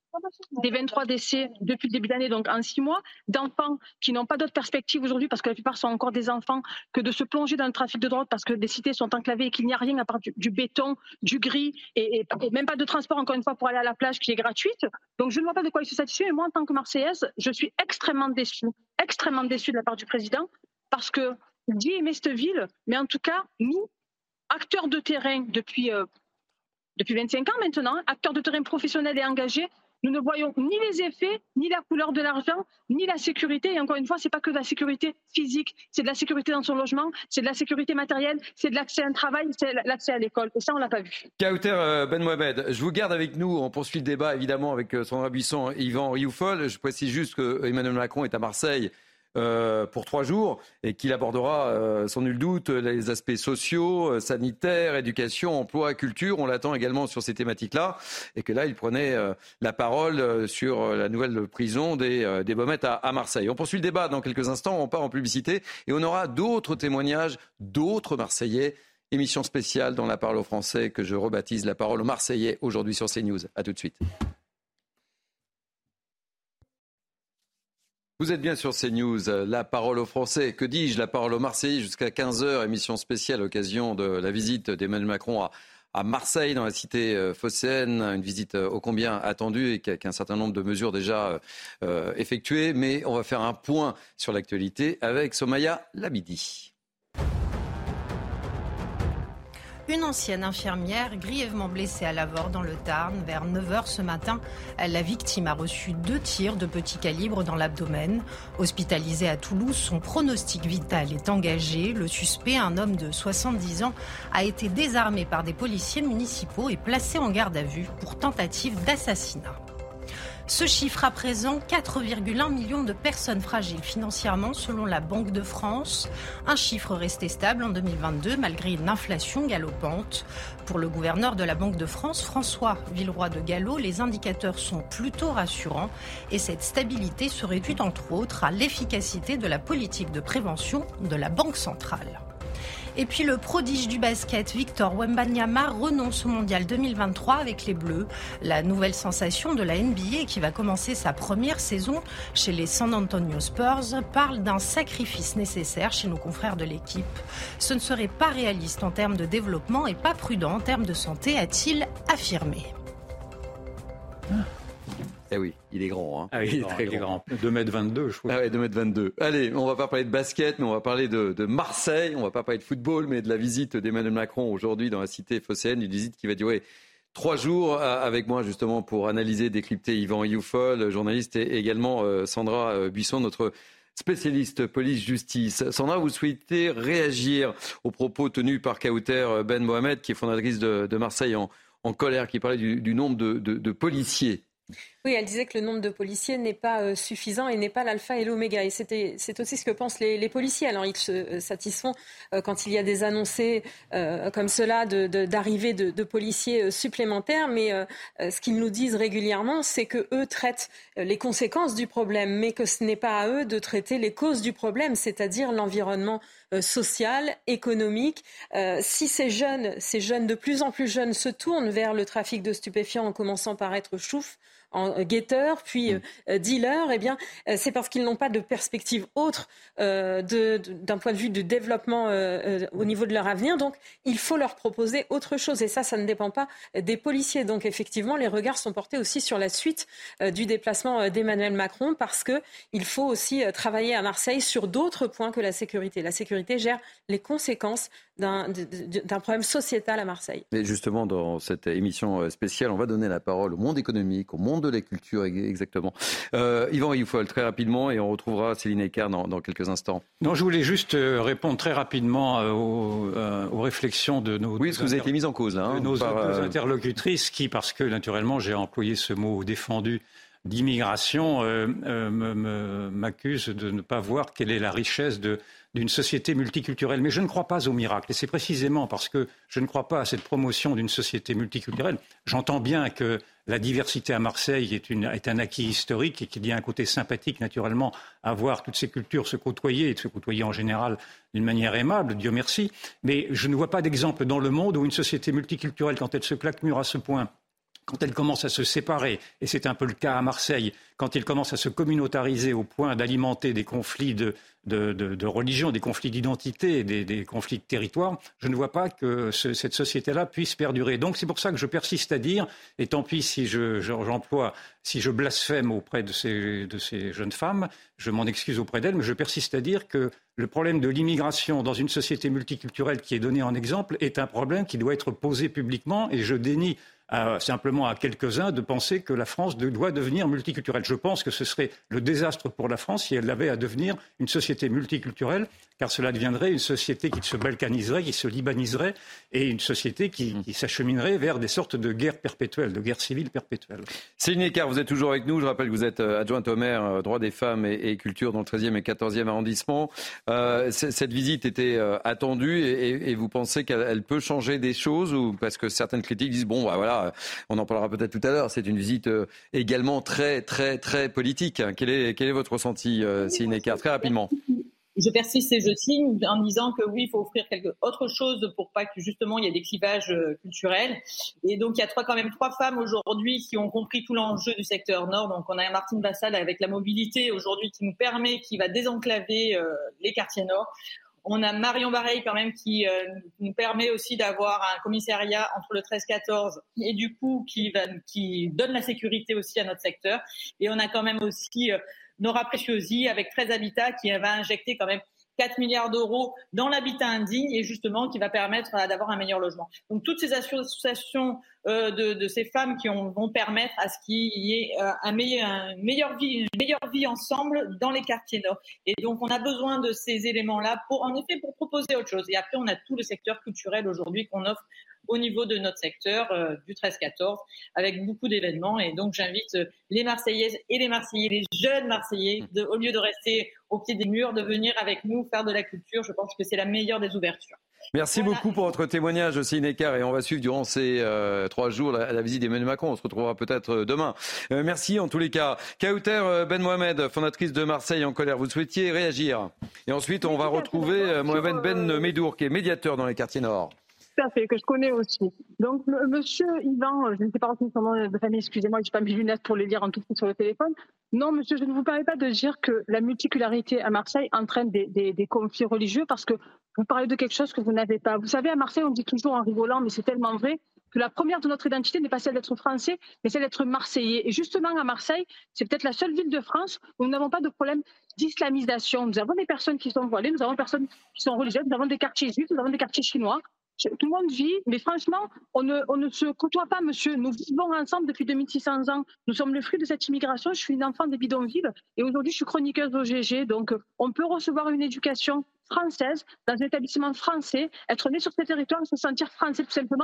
G: des vingt-trois décès depuis le début d'année, donc en six mois, d'enfants qui n'ont pas d'autre perspective aujourd'hui parce que la plupart sont encore des enfants que de se plonger dans le trafic de drogue parce que des cités sont enclavées et qu'il n'y a rien à part du, du béton, du gris et, et, et même pas de transport encore une fois pour aller à la plage qui est gratuite. Donc je ne vois pas de quoi il se satisfait. Et moi en tant que Marseillaise, je suis extrêmement déçue, extrêmement déçue de la part du président parce que Dieu aimait cette ville, mais en tout cas nous, acteurs de terrain depuis, euh, depuis vingt-cinq ans maintenant, acteurs de terrain professionnels et engagés, nous ne voyons ni les effets, ni la couleur de l'argent, ni la sécurité. Et encore une fois, ce n'est pas que de la sécurité physique, c'est de la sécurité dans son logement, c'est de la sécurité matérielle, c'est de l'accès à un travail, c'est l'accès à l'école. Et ça, on ne l'a pas vu.
A: Kauter Ben Mohamed, je vous garde avec nous. On poursuit le débat, évidemment, avec Sandra Buisson et Yvan Rioufol. Je précise juste que Emmanuel Macron est à Marseille Euh, pour trois jours et qu'il abordera euh, sans nul doute les aspects sociaux, euh, sanitaires, éducation, emploi, culture. On l'attend également sur ces thématiques-là et que là, il prenait euh, la parole euh, sur euh, la nouvelle prison des, euh, des Baumettes à, à Marseille. On poursuit le débat dans quelques instants, on part en publicité et on aura d'autres témoignages, d'autres Marseillais. Émission spéciale dans La Parole aux Français que je rebaptise La Parole aux Marseillais aujourd'hui sur CNews. À tout de suite. Vous êtes bien sur CNews, La Parole aux Français. Que dis-je, La Parole aux Marseillais jusqu'à quinze heures, émission spéciale à l'occasion de la visite d'Emmanuel Macron à, à Marseille, dans la cité phocéenne. Une visite ô combien attendue et qu'un certain nombre de mesures déjà euh, effectuées. Mais on va faire un point sur l'actualité avec Somaya Labidi.
H: Une ancienne infirmière grièvement blessée à Lavore dans le Tarn vers neuf heures ce matin. La victime a reçu deux tirs de petit calibre dans l'abdomen. Hospitalisé à Toulouse, son pronostic vital est engagé. Le suspect, un homme de soixante-dix ans, a été désarmé par des policiers municipaux et placé en garde à vue pour tentative d'assassinat. Ce chiffre à présent, quatre virgule un millions de personnes fragiles financièrement selon la Banque de France. Un chiffre resté stable en deux mille vingt-deux malgré une inflation galopante. Pour le gouverneur de la Banque de France, François Villeroy de Galhau, les indicateurs sont plutôt rassurants et cette stabilité serait due entre autres à l'efficacité de la politique de prévention de la Banque centrale. Et puis le prodige du basket, Victor Wembanyama, renonce au mondial deux mille vingt-trois avec les Bleus. La nouvelle sensation de la N B A qui va commencer sa première saison chez les San Antonio Spurs parle d'un sacrifice nécessaire chez nos confrères de l'équipe. Ce ne serait pas réaliste en termes de développement et pas prudent en termes de santé, a-t-il affirmé.
A: Eh oui, il est grand. Hein.
C: Ah oui, il est très grand. deux mètres vingt-deux, je crois.
A: Ah oui, deux mètres vingt-deux. Allez, on va pas parler de basket, mais on va parler de, de Marseille. On va pas parler de football, mais de la visite d'Emmanuel Macron aujourd'hui dans la cité phocéenne. Une visite qui va durer trois jours avec moi, justement, pour analyser, décrypter Yvan Rioufol, journaliste, et également euh, Sandra Buisson, notre spécialiste police-justice. Sandra, vous souhaitez réagir aux propos tenus par Kauter Ben Mohamed, qui est fondatrice de, de Marseille en, en colère, qui parlait du, du nombre de, de, de policiers.
D: Oui, elle disait que le nombre de policiers n'est pas euh, suffisant et n'est pas l'alpha et l'oméga. Et c'était, c'est aussi ce que pensent les, les policiers. Alors, ils se satisfont euh, quand il y a des annoncés euh, comme cela de, de, d'arrivée de, de policiers euh, supplémentaires. Mais euh, ce qu'ils nous disent régulièrement, c'est qu'eux traitent les conséquences du problème, mais que ce n'est pas à eux de traiter les causes du problème, c'est-à-dire l'environnement euh, social, économique. Euh, si ces jeunes, ces jeunes de plus en plus jeunes se tournent vers le trafic de stupéfiants en commençant par être choufs, en guetteurs, puis euh, dealers, eh bien, euh, c'est parce qu'ils n'ont pas de perspective autre euh, de, de, d'un point de vue du développement euh, euh, au niveau de leur avenir. Donc, il faut leur proposer autre chose. Et ça, ça ne dépend pas des policiers. Donc, effectivement, les regards sont portés aussi sur la suite euh, du déplacement euh, d'Emmanuel Macron, parce qu'il faut aussi euh, travailler à Marseille sur d'autres points que la sécurité. La sécurité gère les conséquences d'un, d'un problème sociétal à Marseille.
A: Et justement, dans cette émission spéciale, on va donner la parole au monde économique, au monde de la culture, exactement. Euh, Yvan Rioufol, très rapidement, et on retrouvera Céline Eckert dans, dans quelques instants.
C: Non, je voulais juste répondre très rapidement aux, aux réflexions de nos...
A: Oui, parce que vous avez été mise en cause, là. Hein,
C: de nos
A: par,
C: deux
A: euh...
C: interlocutrices qui, parce que naturellement, j'ai employé ce mot défendu d'immigration, euh, euh, me, me, m'accuse de ne pas voir quelle est la richesse de... d'une société multiculturelle. Mais je ne crois pas au miracle. Et c'est précisément parce que je ne crois pas à cette promotion d'une société multiculturelle. J'entends bien que la diversité à Marseille est, une, est un acquis historique et qu'il y a un côté sympathique, naturellement, à voir toutes ces cultures se côtoyer, et de se côtoyer en général d'une manière aimable, Dieu merci. Mais je ne vois pas d'exemple dans le monde où une société multiculturelle, quand elle se claque-mure à ce point, quand elle commence à se séparer, et c'est un peu le cas à Marseille, quand elle commence à se communautariser au point d'alimenter des conflits de, de, de, de religion, des conflits d'identité, des, des conflits de territoire, je ne vois pas que ce, cette société-là puisse perdurer. Donc c'est pour ça que je persiste à dire, et tant pis si je, je, j'emploie, si je blasphème auprès de ces, de ces jeunes femmes, je m'en excuse auprès d'elles, mais je persiste à dire que le problème de l'immigration dans une société multiculturelle qui est donnée en exemple est un problème qui doit être posé publiquement, et je dénie À, simplement à quelques-uns de penser que la France de, doit devenir multiculturelle. Je pense que ce serait le désastre pour la France si elle avait à devenir une société multiculturelle, car cela deviendrait une société qui se balkaniserait, qui se libaniserait, et une société qui, qui s'acheminerait vers des sortes de guerres perpétuelles, de guerres civiles perpétuelles.
A: Céline Eckert, vous êtes toujours avec nous. Je rappelle que vous êtes adjointe au maire, droit des femmes et, et culture dans le treizième et quatorzième arrondissement. Euh, cette visite était euh, attendue et, et, et vous pensez qu'elle peut changer des choses, ou parce que certaines critiques disent bon, bah, voilà, on en parlera peut-être tout à l'heure, c'est une visite également très, très, très politique. Quel est, quel est votre ressenti, Céline Eckert, très rapidement?
F: Je persiste et je signe en disant que oui, il faut offrir quelque autre chose pour pas que justement il y ait des clivages culturels. Et donc il y a trois, quand même trois femmes aujourd'hui qui ont compris tout l'enjeu du secteur nord. Donc on a Martine Vassal avec la mobilité aujourd'hui qui nous permet, qui va désenclaver euh, les quartiers nord. On a Marion Bareil quand même qui euh, nous permet aussi d'avoir un commissariat entre le treize quatorze et du coup qui, va, qui donne la sécurité aussi à notre secteur. Et on a quand même aussi euh, Nora Preciosi avec treize Habitat qui va injecter quand même quatre milliards d'euros dans l'habitat indigne et justement qui va permettre d'avoir un meilleur logement. Donc toutes ces associations euh, de, de ces femmes qui ont, vont permettre à ce qu'il y ait euh, un meilleur, une, meilleure vie, une meilleure vie ensemble dans les quartiers nord. Et donc on a besoin de ces éléments-là pour, en effet, pour proposer autre chose. Et après on a tout le secteur culturel aujourd'hui qu'on offre au niveau de notre secteur euh, du treize quatorze avec beaucoup d'événements. Et donc j'invite euh, les Marseillaises et les Marseillais, les jeunes Marseillais, de, au lieu de rester au pied des murs, de venir avec nous faire de la culture. Je pense que c'est la meilleure des ouvertures.
A: Merci voilà. beaucoup pour votre témoignage, Céline Eckert, et on va suivre durant ces euh, trois jours la, la visite d'Emmanuel Macron. On se retrouvera peut-être demain. Euh, merci en tous les cas. Kauter Ben Mohamed, fondatrice de Marseille en colère, vous souhaitiez réagir. Et ensuite, on va retrouver euh, Mohamed Ben Medour, qui est médiateur dans les quartiers nord.
G: Tout à fait, que je connais aussi. Donc, m- monsieur Yvan, je ne sais pas retenu son nom de famille, excusez-moi, je n'ai pas mes lunettes pour les lire en tout cas sur le téléphone. Non, monsieur, je ne vous permets pas de dire que la multicularité à Marseille entraîne des, des, des conflits religieux parce que vous parlez de quelque chose que vous n'avez pas. Vous savez, à Marseille, on dit toujours en rigolant, mais c'est tellement vrai, que la première de notre identité n'est pas celle d'être français, mais celle d'être marseillais. Et justement, à Marseille, c'est peut-être la seule ville de France où nous n'avons pas de problème d'islamisation. Nous avons des personnes qui sont voilées, nous avons des personnes qui sont religieuses, nous avons des quartiers juifs, nous avons des quartiers chinois. Tout le monde vit, mais franchement, on ne, on ne se côtoie pas, monsieur. Nous vivons ensemble depuis deux mille six cents ans. Nous sommes le fruit de cette immigration. Je suis une enfant des bidonvilles et aujourd'hui, je suis chroniqueuse au G G. Donc, on peut recevoir une éducation française dans un établissement français, être né sur ce territoire et se sentir français tout simplement.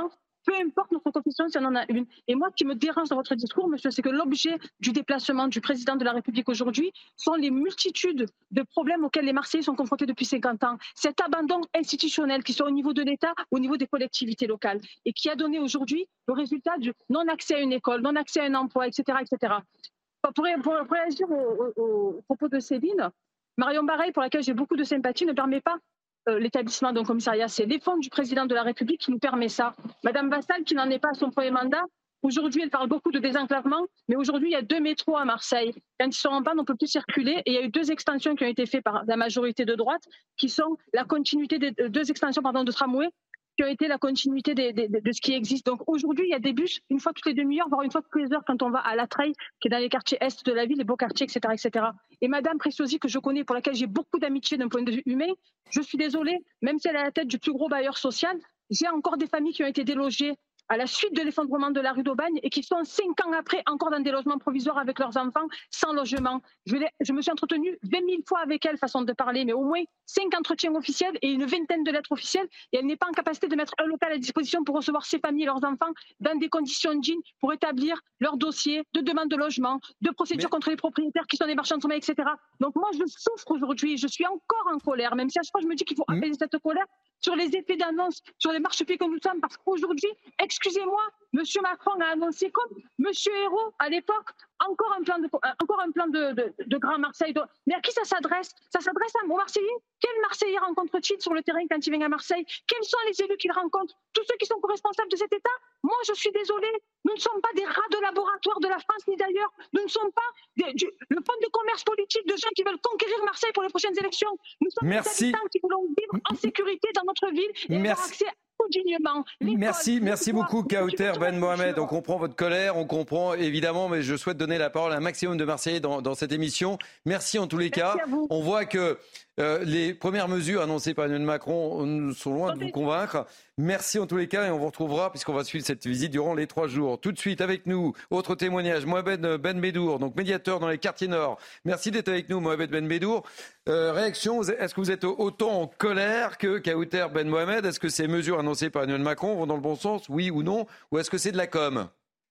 G: peu importe notre confession si on en a une. Et moi, ce qui me dérange dans votre discours, monsieur, c'est que l'objet du déplacement du président de la République aujourd'hui sont les multitudes de problèmes auxquels les Marseillais sont confrontés depuis cinquante ans. Cet abandon institutionnel qui soit au niveau de l'État, au niveau des collectivités locales, et qui a donné aujourd'hui le résultat du non-accès à une école, non-accès à un emploi, et cetera, et cetera. Pour, pour, pour réagir au, au, au propos de Céline, Marion Barreille, pour laquelle j'ai beaucoup de sympathie, ne permet pas euh, l'établissement d'un commissariat. C'est les fonds du président de la République qui nous permet ça. Madame Vassal, qui n'en est pas à son premier mandat, aujourd'hui, elle parle beaucoup de désenclavement, mais aujourd'hui, il y a deux métros à Marseille. Quand ils sont en panne, on ne peut plus circuler. Et il y a eu deux extensions qui ont été faites par la majorité de droite, qui sont la continuité des deux extensions pardon, de tramway, qui ont été la continuité de, de, de, de ce qui existe. Donc aujourd'hui, il y a des bus une fois toutes les demi-heures, voire une fois toutes les heures quand on va à La Treille, qui est dans les quartiers est de la ville, les beaux quartiers, et cetera, et cetera. Et Madame Preziosi, que je connais, pour laquelle j'ai beaucoup d'amitié d'un point de vue humain, je suis désolée, même si elle est à la tête du plus gros bailleur social, j'ai encore des familles qui ont été délogées à la suite de l'effondrement de la rue d'Aubagne et qui sont cinq ans après encore dans des logements provisoires avec leurs enfants sans logement. Je, je me suis entretenue vingt mille fois avec elle, façon de parler, mais au moins cinq entretiens officiels et une vingtaine de lettres officielles, et elle n'est pas en capacité de mettre un local à disposition pour recevoir ses familles et leurs enfants dans des conditions dignes pour établir leur dossier de demande de logement, de procédure mais... contre les propriétaires qui sont des marchands de sommeil, et cetera. Donc moi je souffre aujourd'hui, je suis encore en colère, même si à chaque fois je me dis qu'il faut apaiser cette colère sur les effets d'annonce, sur les marchepieds que nous sommes, parce qu'aujourd'hui, excusez-moi, M. Macron a annoncé comme M. Hérault à l'époque, encore un plan de, encore un plan de, de, de Grand Marseille. Mais à qui ça s'adresse? Ça s'adresse à aux Marseillais. Quels Marseillais rencontre-t-il sur le terrain quand il vient à Marseille? Quels sont les élus qu'il rencontre? Tous ceux qui sont co-responsables de cet État? Moi, je suis désolée, nous ne sommes pas des rats de laboratoire de la France ni d'ailleurs. Nous ne sommes pas des, du, le fonds de commerce politique de gens qui veulent conquérir Marseille pour les prochaines élections. Nous sommes
A: Merci.
G: des habitants qui voulons vivre en sécurité dans notre ville et
A: Merci.
G: avoir accès dignement.
A: Merci, merci beaucoup Kauter Ben Mohamed. On comprend votre colère, on comprend évidemment, mais je souhaite donner la parole à un maximum de Marseillais dans, dans cette émission. Merci en tous les cas. On voit que euh, les premières mesures annoncées par Emmanuel Macron sont loin de vous convaincre. Merci en tous les cas et on vous retrouvera puisqu'on va suivre cette visite durant les trois jours. Tout de suite avec nous, autre témoignage, Mohamed Ben Bedour, donc médiateur dans les quartiers nord. Merci d'être avec nous Mohamed Ben Bedour. Euh, réaction, est-ce que vous êtes autant en colère que Kauter Ben Mohamed? Est-ce que ces mesures annoncées par Emmanuel Macron vont dans le bon sens, oui ou non? Ou est-ce que c'est de la com?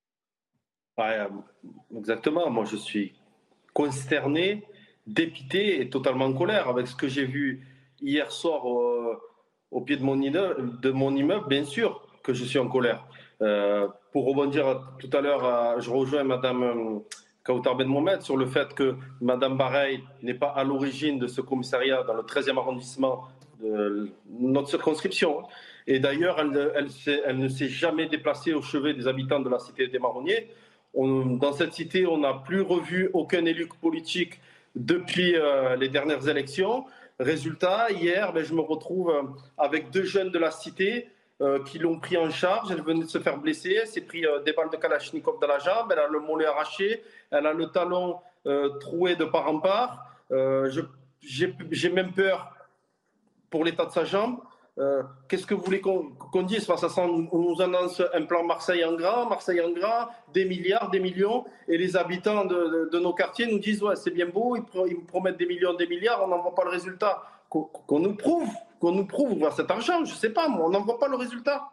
I: Ouais, exactement, moi je suis consterné, dépité et totalement en colère avec ce que j'ai vu hier soir au, au pied de mon, immeuble, de mon immeuble, bien sûr que je suis en colère. Euh, pour rebondir tout à l'heure, à, je rejoins Madame Kauter Ben Mohamed sur le fait que Madame Barreille n'est pas à l'origine de ce commissariat dans le treizième arrondissement de notre circonscription. Et d'ailleurs, elle, elle, elle ne s'est jamais déplacée au chevet des habitants de la cité des Marronniers. On, dans cette cité, on n'a plus revu aucun élu politique depuis euh, les dernières élections. Résultat, hier, ben, je me retrouve euh, avec deux jeunes de la cité euh, qui l'ont pris en charge. Elle venait de se faire blesser. Elle s'est pris euh, des balles de Kalachnikov dans la jambe. Elle a le mollet arraché. Elle a le talon euh, troué de part en part. Euh, je, j'ai, j'ai même peur pour l'état de sa jambe. Euh, qu'est-ce que vous voulez qu'on, qu'on dise face à ça? On nous annonce un plan Marseille en gras, Marseille en gras, des milliards, des millions, et les habitants de, de, de nos quartiers nous disent ouais, c'est bien beau, ils, pro, ils nous promettent des millions, des milliards, on n'en voit pas le résultat. Qu'on, qu'on nous prouve, qu'on nous prouve voir cet argent, je ne sais pas, moi, on n'en voit pas le résultat.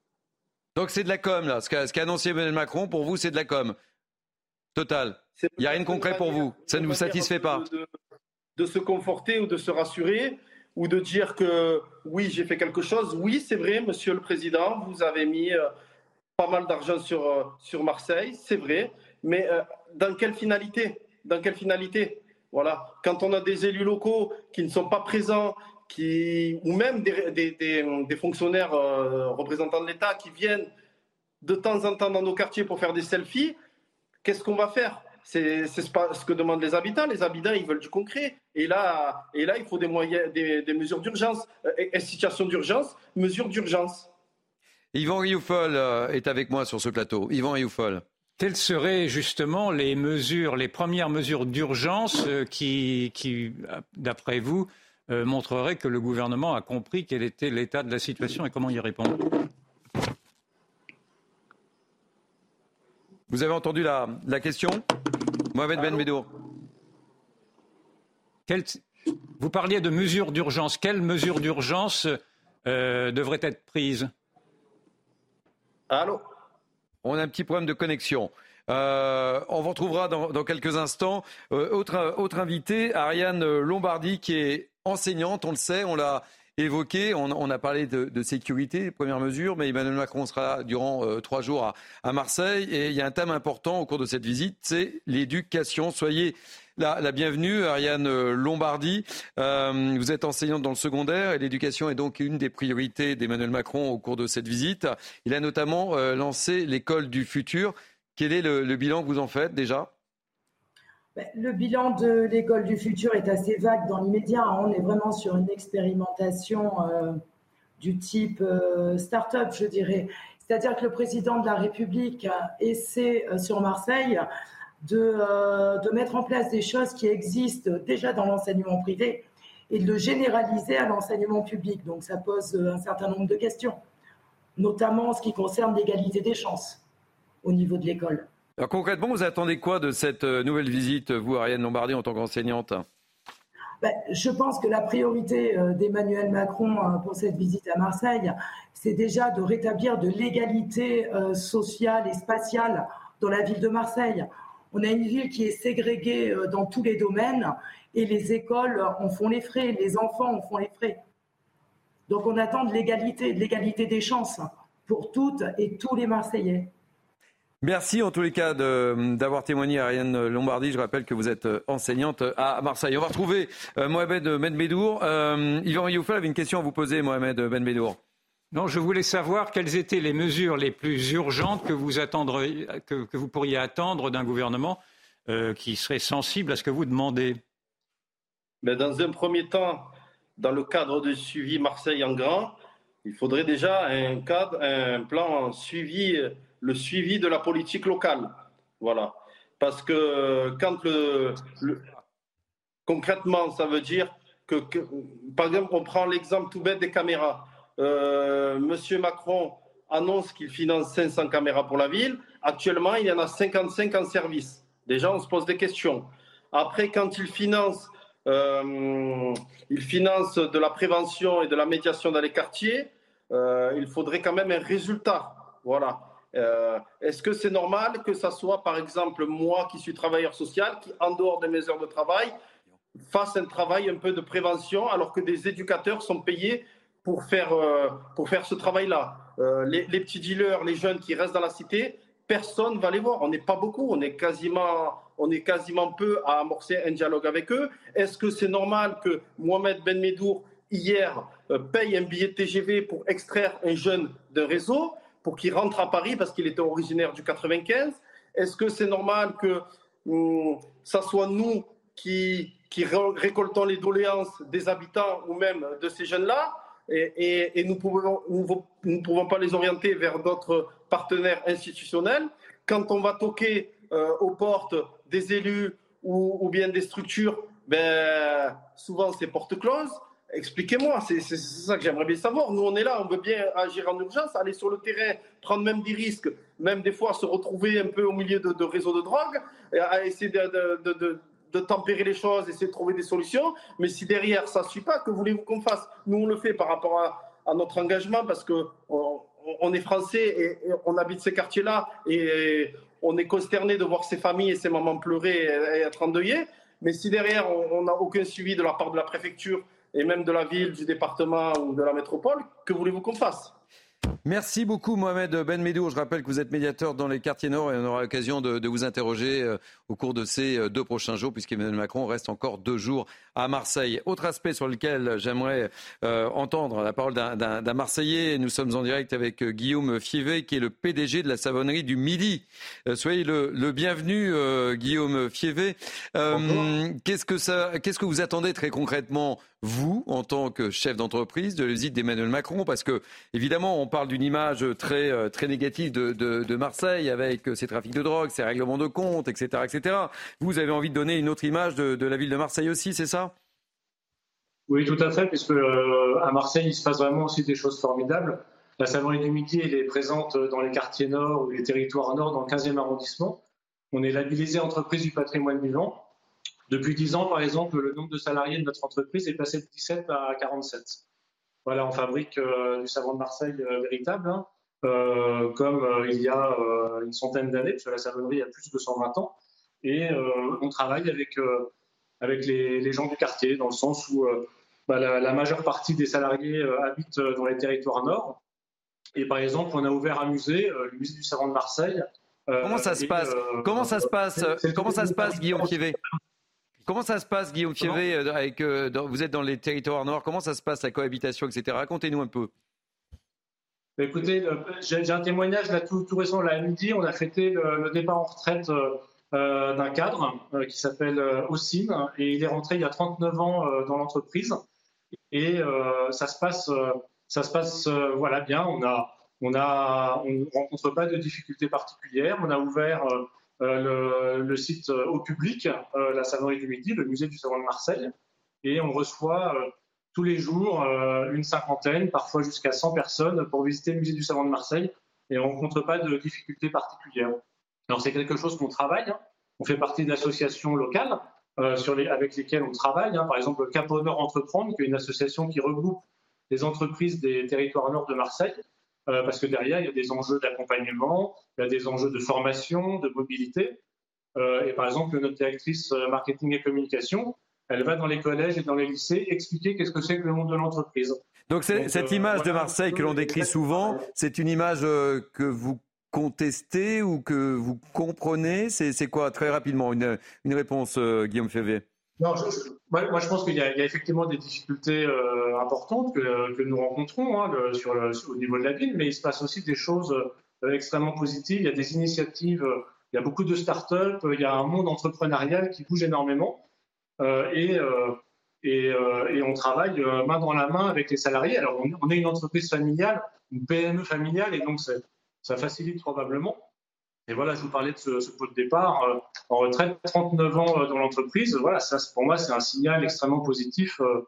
A: Donc c'est de la com, là. Ce qu'a, ce qu'a annoncé Emmanuel Macron, pour vous, c'est de la com. Total. Il n'y a rien de concret pour vous. Ça ne vous satisfait pas.
I: De, de, de se conforter ou de se rassurer, ou de dire que oui, j'ai fait quelque chose. Oui, c'est vrai, Monsieur le Président, vous avez mis euh, pas mal d'argent sur, euh, sur Marseille, c'est vrai, mais euh, dans quelle finalité? Dans quelle finalité? Voilà. Quand on a des élus locaux qui ne sont pas présents, qui, ou même des, des, des, des fonctionnaires euh, représentants de l'État qui viennent de temps en temps dans nos quartiers pour faire des selfies, qu'est-ce qu'on va faire? C'est, c'est ce que demandent les habitants. Les habitants, ils veulent du concret. Et là, et là il faut des, moyens, des, des mesures d'urgence. Euh, situation d'urgence, mesures d'urgence.
A: Yvan Rioufol est avec moi sur ce plateau. Yvan Rioufol.
C: Quelles seraient justement les mesures, les premières mesures d'urgence qui, qui d'après vous, euh, montreraient que le gouvernement a compris quel était l'état de la situation et comment y répondre?
A: Vous avez entendu la, la question, Mohamed Ben Bedour?
C: Quel, Vous parliez de mesures d'urgence. Quelles mesures d'urgence euh, devraient être prises?
I: Allô ?
A: On a un petit problème de connexion. Euh, on vous retrouvera dans, dans quelques instants. Euh, autre, autre invité, Ariane Lombardi, qui est enseignante, on le sait, on l'a évoqué, on, on a parlé de, de sécurité, premières mesures, mais Emmanuel Macron sera là durant euh, trois jours à, à Marseille. Et il y a un thème important au cours de cette visite, c'est l'éducation. Soyez la, la bienvenue, Ariane Lombardi. Euh, vous êtes enseignante dans le secondaire et l'éducation est donc une des priorités d'Emmanuel Macron au cours de cette visite. Il a notamment euh, lancé l'école du futur. Quel est le, le bilan que vous en faites déjà ?
J: Le bilan de l'école du futur est assez vague dans l'immédiat. On est vraiment sur une expérimentation euh, du type euh, start-up, je dirais. C'est-à-dire que le président de la République essaie euh, sur Marseille de, euh, de mettre en place des choses qui existent déjà dans l'enseignement privé et de le généraliser à l'enseignement public. Donc ça pose un certain nombre de questions, notamment en ce qui concerne l'égalité des chances au niveau de l'école.
A: Alors concrètement, vous attendez quoi de cette nouvelle visite, vous, Ariane Lombardi, en tant qu'enseignante ?
J: Ben, je pense que la priorité d'Emmanuel Macron pour cette visite à Marseille, c'est déjà de rétablir de l'égalité sociale et spatiale dans la ville de Marseille. On a une ville qui est ségrégée dans tous les domaines et les écoles en font les frais, les enfants en font les frais. Donc on attend de l'égalité, de l'égalité des chances pour toutes et tous les Marseillais.
A: Merci en tous les cas de, d'avoir témoigné, Ariane Lombardi. Je rappelle que vous êtes enseignante à Marseille. On va retrouver euh, Mohamed Benbedour. Euh, Yvan Rioufal avait une question à vous poser, Mohamed Benbedour.
C: Non, je voulais savoir quelles étaient les mesures les plus urgentes que vous, attendriez, que, que vous pourriez attendre d'un gouvernement euh, qui serait sensible à ce que vous demandez.
I: Mais dans un premier temps, dans le cadre de suivi Marseille en grand, il faudrait déjà un cadre, un plan suivi, le suivi de la politique locale. Voilà. Parce que quand le, le concrètement, ça veut dire que, que, par exemple, on prend l'exemple tout bête des caméras. Euh, Monsieur Macron annonce qu'il finance cinq cents caméras pour la ville. Actuellement, il y en a cinquante-cinq en service. Déjà, on se pose des questions. Après, quand il finance, euh, il finance de la prévention et de la médiation dans les quartiers, euh, il faudrait quand même un résultat. Voilà. Euh, est-ce que c'est normal que ça soit, par exemple, moi qui suis travailleur social, qui, en dehors de mes heures de travail, fasse un travail un peu de prévention, alors que des éducateurs sont payés pour faire, euh, pour faire ce travail-là. Euh, les, les petits dealers, les jeunes qui restent dans la cité, personne ne va les voir. On n'est pas beaucoup, on est, quasiment, on est quasiment peu à amorcer un dialogue avec eux. Est-ce que c'est normal que Mohamed Benbedour, hier, euh, paye un billet de T G V pour extraire un jeune d'un réseau, pour qu'il rentre à Paris parce qu'il était originaire du quatre-vingt-quinze ? Est-ce que c'est normal que hum, ça soit nous qui, qui récoltons les doléances des habitants ou même de ces jeunes-là ? Et, et, et nous ne pouvons, nous, nous pouvons pas les orienter vers d'autres partenaires institutionnels. Quand on va toquer euh, aux portes des élus ou, ou bien des structures, ben, souvent c'est porte close. Expliquez-moi, c'est, c'est ça que j'aimerais bien savoir. Nous, on est là, on veut bien agir en urgence, aller sur le terrain, prendre même des risques, même des fois se retrouver un peu au milieu de, de réseaux de drogue, et à essayer de, de, de, de de tempérer les choses, essayer de trouver des solutions. Mais si derrière, ça ne suit pas, que voulez-vous qu'on fasse ? Nous, on le fait par rapport à, à notre engagement parce qu'on on est français et, et on habite ces quartiers-là et on est consterné de voir ces familles et ces mamans pleurer et, et être endeuillées. Mais si derrière, on n'a aucun suivi de la part de la préfecture et même de la ville, du département ou de la métropole, que voulez-vous qu'on fasse ?
A: Merci beaucoup Mohamed Benbedour. Je rappelle que vous êtes médiateur dans les quartiers nord et on aura l'occasion de, de vous interroger euh, au cours de ces euh, deux prochains jours puisqu'Emmanuel Macron reste encore deux jours à Marseille. Autre aspect sur lequel j'aimerais euh, entendre la parole d'un, d'un, d'un Marseillais. Nous sommes en direct avec euh, Guillaume Fievé qui est le P D G de la savonnerie du Midi. Euh, soyez le, le bienvenu euh, Guillaume Fievé. Euh, qu'est-ce que ça, qu'est-ce que vous attendez très concrètement vous, en tant que chef d'entreprise, de la visite d'Emmanuel Macron ? Parce que, évidemment, on parle d'une image très, très négative de, de, de Marseille avec ses trafics de drogue, ses règlements de compte, et cetera, et cetera. Vous avez envie de donner une autre image de, de la ville de Marseille aussi, c'est ça ?
K: Oui, tout à fait, puisque euh, à Marseille, il se passe vraiment aussi des choses formidables. La savonnerie du Midi, elle est présente dans les quartiers nord ou les territoires nord, dans le quinzième arrondissement. On est labellisé entreprise du patrimoine vivant. Depuis dix ans, par exemple, le nombre de salariés de notre entreprise est passé de dix-sept à quarante-sept. Voilà, on fabrique euh, du savon de Marseille euh, véritable. Hein. euh, comme euh, il y a euh, une centaine d'années, parce que la savonnerie a plus de cent vingt ans. Et euh, on travaille avec, euh, avec les, les gens du quartier, dans le sens où euh, bah, la, la majeure partie des salariés euh, habitent dans les territoires nord. Et par exemple, on a ouvert un musée, euh, le musée du savon de Marseille. Euh,
A: Comment ça se passe euh, Comment ça se passe c'est, c'est Comment ça se passe, Guillaume Fievé Comment ça se passe, Guillaume Fievé, avec, euh, dans, vous êtes dans les territoires nord, comment ça se passe, la cohabitation, et cetera. Racontez-nous un peu.
K: Écoutez, j'ai, j'ai un témoignage là tout, tout récent, là, à midi, on a fêté le, le départ en retraite euh, d'un cadre euh, qui s'appelle euh, Ossine, et il est rentré il y a trente-neuf ans euh, dans l'entreprise, et euh, ça se passe, euh, ça se passe euh, voilà, bien, on a, on a, on ne rencontre pas de difficultés particulières, on a ouvert euh, Euh, le, le site euh, au public, euh, la Savonnerie du Midi, le musée du savon de Marseille, et on reçoit euh, tous les jours euh, une cinquantaine, parfois jusqu'à cent personnes pour visiter le musée du savon de Marseille, et on ne rencontre pas de difficultés particulières. Alors c'est quelque chose qu'on travaille, hein. On fait partie d'associations locales euh, sur les, avec lesquelles on travaille, hein. Par exemple le Cap au Nord Entreprendre, qui est une association qui regroupe les entreprises des territoires nord de Marseille, Euh, parce que derrière, il y a des enjeux d'accompagnement, il y a des enjeux de formation, de mobilité. Euh, et par exemple, notre directrice marketing et communication, elle va dans les collèges et dans les lycées expliquer qu'est-ce que c'est que le monde de l'entreprise.
A: Donc, c'est, Donc cette euh, image voilà, de Marseille que l'on décrit souvent, c'est une image euh, que vous contestez ou que vous comprenez. C'est, c'est quoi, très rapidement, une, une réponse, euh, Guillaume Fievé?
K: Non, je, je, moi, je pense qu'il y a, il y a effectivement des difficultés euh, importantes que, que nous rencontrons hein, le, sur le, sur, au niveau de la ville, mais il se passe aussi des choses euh, extrêmement positives. Il y a des initiatives, euh, il y a beaucoup de start-up, euh, il y a un monde entrepreneurial qui bouge énormément euh, et, euh, et, euh, et on travaille euh, main dans la main avec les salariés. Alors, on, on est une entreprise familiale, une P M E familiale, et donc ça facilite probablement. Et voilà, je vous parlais de ce, ce pot de départ euh, en retraite, trente-neuf ans euh, dans l'entreprise. Voilà, ça, pour moi, c'est un signal extrêmement positif euh,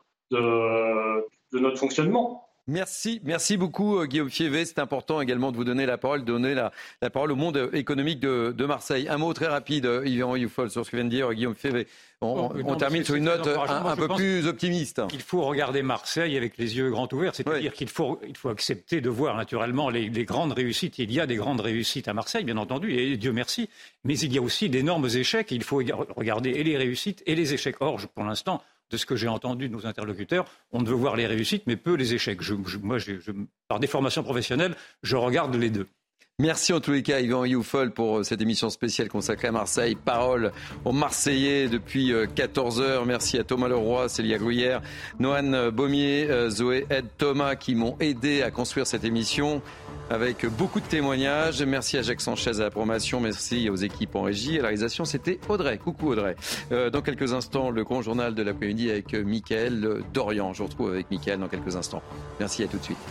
K: de, de notre fonctionnement.
A: Merci, merci beaucoup Guillaume Fievé. C'est important également de vous donner la parole, donner la, la parole au monde économique de, de Marseille. Un mot très rapide, Yvan Rioufol, sur ce que vient de dire Guillaume Fievé. On, bon, on non, termine sur une note un, un peu plus optimiste.
C: Il faut regarder Marseille avec les yeux grands ouverts, c'est-à-dire oui. qu'il faut, il faut accepter de voir naturellement les, les grandes réussites. Il y a des grandes réussites à Marseille, bien entendu, et Dieu merci. Mais il y a aussi d'énormes échecs. Il faut regarder et les réussites et les échecs. Or, pour l'instant, de ce que j'ai entendu de nos interlocuteurs, on ne veut voir les réussites, mais peu les échecs. Je, je, moi, je, je, par des formations professionnelles, je regarde les deux.
A: Merci en tous les cas Yvan Rioufol pour cette émission spéciale consacrée à Marseille. Parole aux Marseillais depuis quatorze heures. Merci à Thomas Leroy, Célia Gruyère, Nohan Baumier, Zoé Ed Thomas qui m'ont aidé à construire cette émission avec beaucoup de témoignages. Merci à Jacques Sanchez à la programmation. Merci aux équipes en régie. À la réalisation, c'était Audrey. Coucou Audrey. Euh, dans quelques instants, le grand journal de l'après-midi avec Mickaël Dorian. Je vous retrouve avec Mickaël dans quelques instants. Merci, à tout de suite.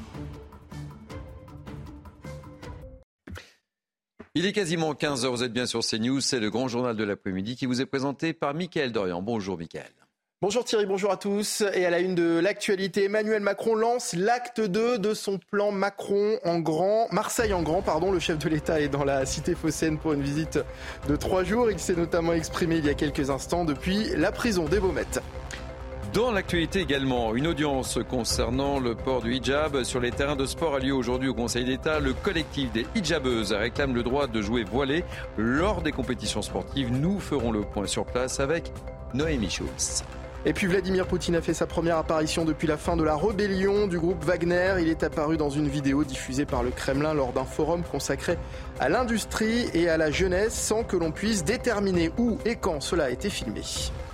A: Il est quasiment quinze heures, vous êtes bien sur CNews, c'est le grand journal de l'après-midi qui vous est présenté par Mickaël Dorian. Bonjour Mickaël.
L: Bonjour Thierry, bonjour à tous. Et à la une de l'actualité, Emmanuel Macron lance l'acte deux de son plan Macron en grand, Marseille en grand, pardon. Le chef de l'État est dans la cité phocéenne pour une visite de trois jours. Il s'est notamment exprimé il y a quelques instants depuis la prison des Baumettes.
A: Dans l'actualité également, une audience concernant le port du hijab sur les terrains de sport a lieu aujourd'hui au Conseil d'État. Le collectif des hijabeuses réclame le droit de jouer voilé lors des compétitions sportives. Nous ferons le point sur place avec Noémie Schulz.
L: Et puis Vladimir Poutine a fait sa première apparition depuis la fin de la rébellion du groupe Wagner. Il est apparu dans une vidéo diffusée par le Kremlin lors d'un forum consacré à l'industrie et à la jeunesse sans que l'on puisse déterminer où et quand cela a été filmé.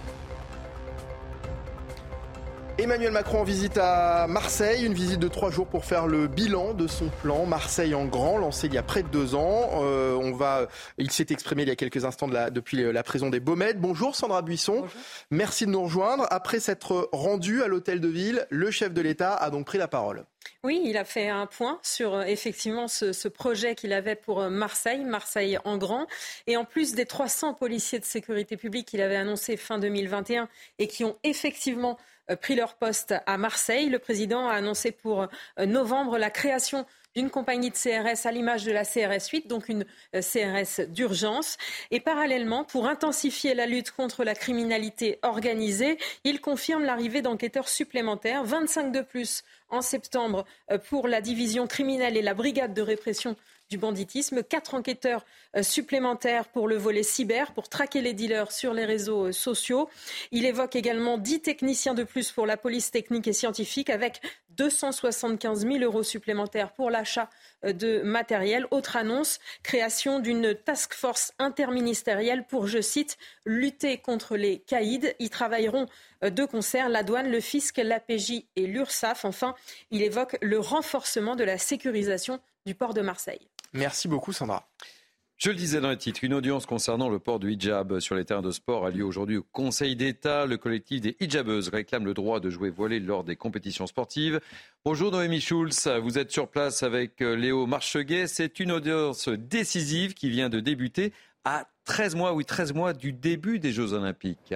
L: Emmanuel Macron en visite à Marseille, une visite de trois jours pour faire le bilan de son plan Marseille en grand, lancé il y a près de deux ans. Euh, on va, il s'est exprimé il y a quelques instants de la, depuis la prison des Baumettes. Bonjour Sandra Buisson, bonjour. Merci de nous rejoindre. Après s'être rendu à l'hôtel de ville, le chef de l'État a donc pris la parole.
D: Oui, il a fait un point sur euh, effectivement ce, ce projet qu'il avait pour euh, Marseille, Marseille en grand. Et en plus des trois cents policiers de sécurité publique qu'il avait annoncé fin deux mille vingt et un et qui ont effectivement euh, pris leur poste à Marseille, le président a annoncé pour euh, novembre la création d'une compagnie de C R S à l'image de la C R S huit, donc une C R S d'urgence. Et parallèlement, pour intensifier la lutte contre la criminalité organisée, il confirme l'arrivée d'enquêteurs supplémentaires, vingt-cinq de plus en septembre pour la division criminelle et la brigade de répression du banditisme. Quatre enquêteurs supplémentaires pour le volet cyber, pour traquer les dealers sur les réseaux sociaux. Il évoque également dix techniciens de plus pour la police technique et scientifique, avec deux cent soixante-quinze mille euros supplémentaires pour l'achat de matériel. Autre annonce, création d'une task force interministérielle pour, je cite, lutter contre les caïds. Ils travailleront de concert, la douane, le fisc, l'A P J et l'URSSAF. Enfin, il évoque le renforcement de la sécurisation du port de Marseille.
L: Merci beaucoup Sandra.
A: Je le disais dans le titre, une audience concernant le port du hijab sur les terrains de sport a lieu aujourd'hui au Conseil d'État. Le collectif des hijabeuses réclame le droit de jouer voilé lors des compétitions sportives. Bonjour Noémie Schulz, vous êtes sur place avec Léo Marcheguet. C'est une audience décisive qui vient de débuter à treize mois, oui treize mois du début des Jeux Olympiques.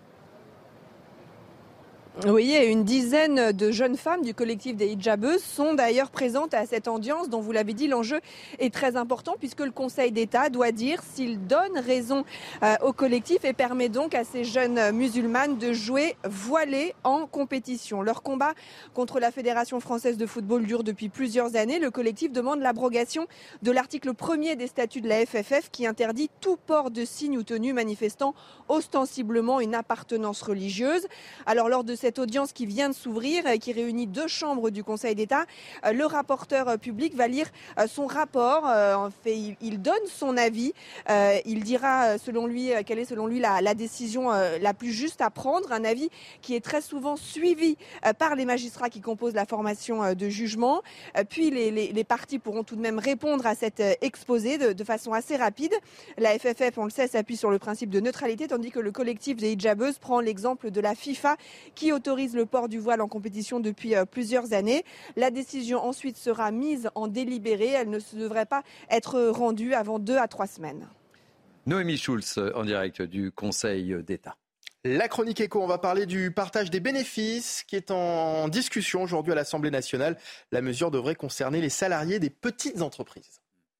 M: Oui, et une dizaine de jeunes femmes du collectif des hijabeuses sont d'ailleurs présentes à cette audience dont vous l'avez dit, l'enjeu est très important puisque le Conseil d'État doit dire s'il donne raison euh, au collectif et permet donc à ces jeunes musulmanes de jouer voilées en compétition. Leur combat contre la Fédération française de football dure depuis plusieurs années. Le collectif demande l'abrogation de l'article premier des statuts de la F F F qui interdit tout port de signes ou tenues manifestant ostensiblement une appartenance religieuse. Alors lors de cette audience qui vient de s'ouvrir, qui réunit deux chambres du Conseil d'État, le rapporteur public va lire son rapport. En fait, il donne son avis. Il dira selon lui quelle est selon lui la, la décision la plus juste à prendre. Un avis qui est très souvent suivi par les magistrats qui composent la formation de jugement. Puis les, les, les parties pourront tout de même répondre à cet exposé de, de façon assez rapide. La F F F, on le sait, s'appuie sur le principe de neutralité, tandis que le collectif des hijabeuses prend l'exemple de la FIFA qui autorise le port du voile en compétition depuis plusieurs années. La décision ensuite sera mise en délibéré. Elle ne devrait pas être rendue avant deux à trois semaines.
A: Noémie Schulz en direct du Conseil d'État.
L: La chronique éco, on va parler du partage des bénéfices qui est en discussion aujourd'hui à l'Assemblée nationale. La mesure devrait concerner les salariés des petites entreprises.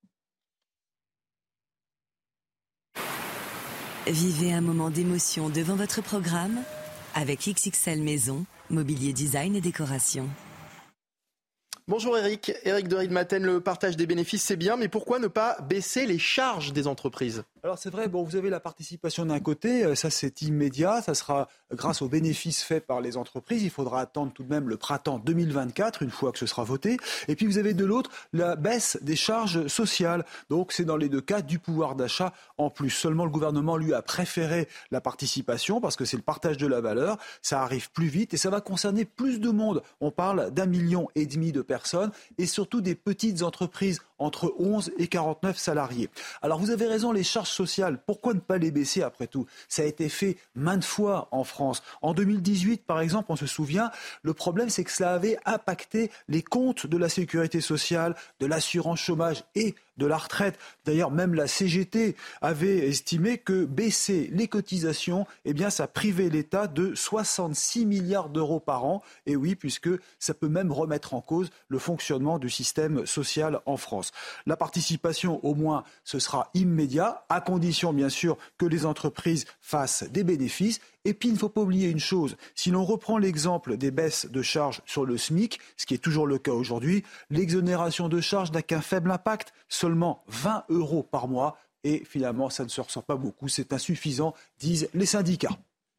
N: Vivez un moment d'émotion devant votre programme avec X X L Maison, mobilier design et décoration.
L: Bonjour Eric, Eric de Riedmaten, le partage des bénéfices c'est bien, mais pourquoi ne pas baisser les charges des entreprises ?
O: Alors c'est vrai, bon, vous avez la participation d'un côté, ça c'est immédiat, ça sera grâce aux bénéfices faits par les entreprises. Il faudra attendre tout de même le printemps deux mille vingt-quatre, une fois que ce sera voté. Et puis vous avez de l'autre la baisse des charges sociales. Donc c'est dans les deux cas du pouvoir d'achat en plus. Seulement le gouvernement lui a préféré la participation parce que c'est le partage de la valeur. Ça arrive plus vite et ça va concerner plus de monde. On parle d'un million et demi de personnes et surtout des petites entreprises entre onze et quarante-neuf salariés. Alors vous avez raison, les charges sociales, pourquoi ne pas les baisser après tout ? Ça a été fait maintes fois en France. En deux mille dix-huit, par exemple, on se souvient, le problème c'est que cela avait impacté les comptes de la sécurité sociale, de l'assurance chômage et de la retraite. D'ailleurs, même la C G T avait estimé que baisser les cotisations, eh bien, ça privait l'État de soixante-six milliards d'euros par an. Et oui, puisque ça peut même remettre en cause le fonctionnement du système social en France. La participation, au moins, ce sera immédiat, à condition, bien sûr, que les entreprises fassent des bénéfices. Et puis, il ne faut pas oublier une chose. Si l'on reprend l'exemple des baisses de charges sur le SMIC, ce qui est toujours le cas aujourd'hui, l'exonération de charges n'a qu'un faible impact, seulement vingt euros par mois. Et finalement, ça ne se ressent pas beaucoup. C'est insuffisant, disent les syndicats.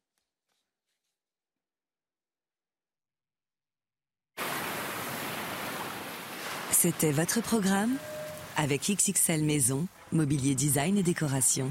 N: C'était votre programme avec X X L Maison, mobilier design et décoration.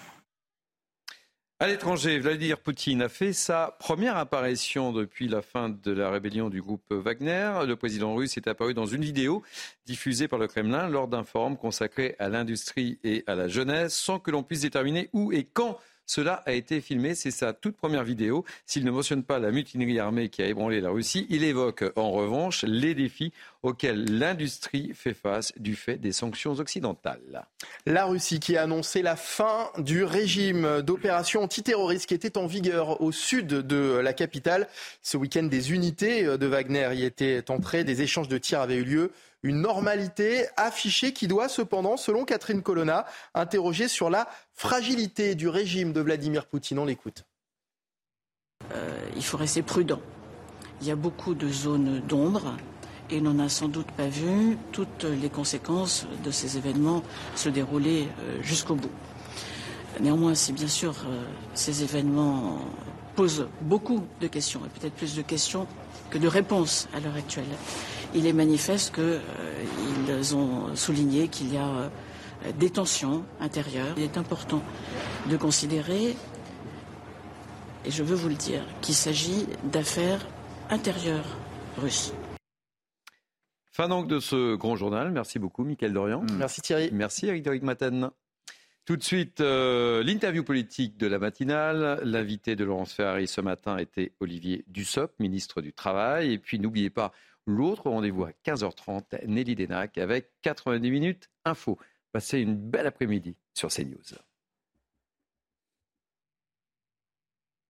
A: À l'étranger, Vladimir Poutine a fait sa première apparition depuis la fin de la rébellion du groupe Wagner. Le président russe est apparu dans une vidéo diffusée par le Kremlin lors d'un forum consacré à l'industrie et à la jeunesse, sans que l'on puisse déterminer où et quand cela a été filmé. C'est sa toute première vidéo. S'il ne mentionne pas la mutinerie armée qui a ébranlé la Russie, il évoque en revanche les défis auxquels l'industrie fait face du fait des sanctions occidentales.
L: La Russie qui a annoncé la fin du régime d'opération antiterroriste qui était en vigueur au sud de la capitale. Ce week-end, des unités de Wagner y étaient entrées, des échanges de tirs avaient eu lieu. Une normalité affichée qui doit cependant, selon Catherine Colonna, interroger sur la fragilité du régime de Vladimir Poutine. On l'écoute.
P: Euh, il faut rester prudent. Il y a beaucoup de zones d'ombre et l'on n'a sans doute pas vu toutes les conséquences de ces événements se dérouler jusqu'au bout. Néanmoins, si bien sûr ces événements posent beaucoup de questions, et peut-être plus de questions que de réponses à l'heure actuelle, il est manifeste qu'ils ont souligné qu'il y a des tensions intérieures. Il est important de considérer, et je veux vous le dire, qu'il s'agit d'affaires intérieures russes.
A: Fin donc de ce grand journal. Merci beaucoup, Mickaël Dorian.
L: Merci Thierry.
A: Merci, Eric Doric Maten. Tout de suite, euh, l'interview politique de la matinale. L'invité de Laurence Ferrari ce matin était Olivier Dussopt, ministre du Travail. Et puis, n'oubliez pas l'autre rendez-vous à quinze heures trente, Nelly Denac, avec quatre-vingt-dix minutes info. Passez une belle après-midi sur CNews.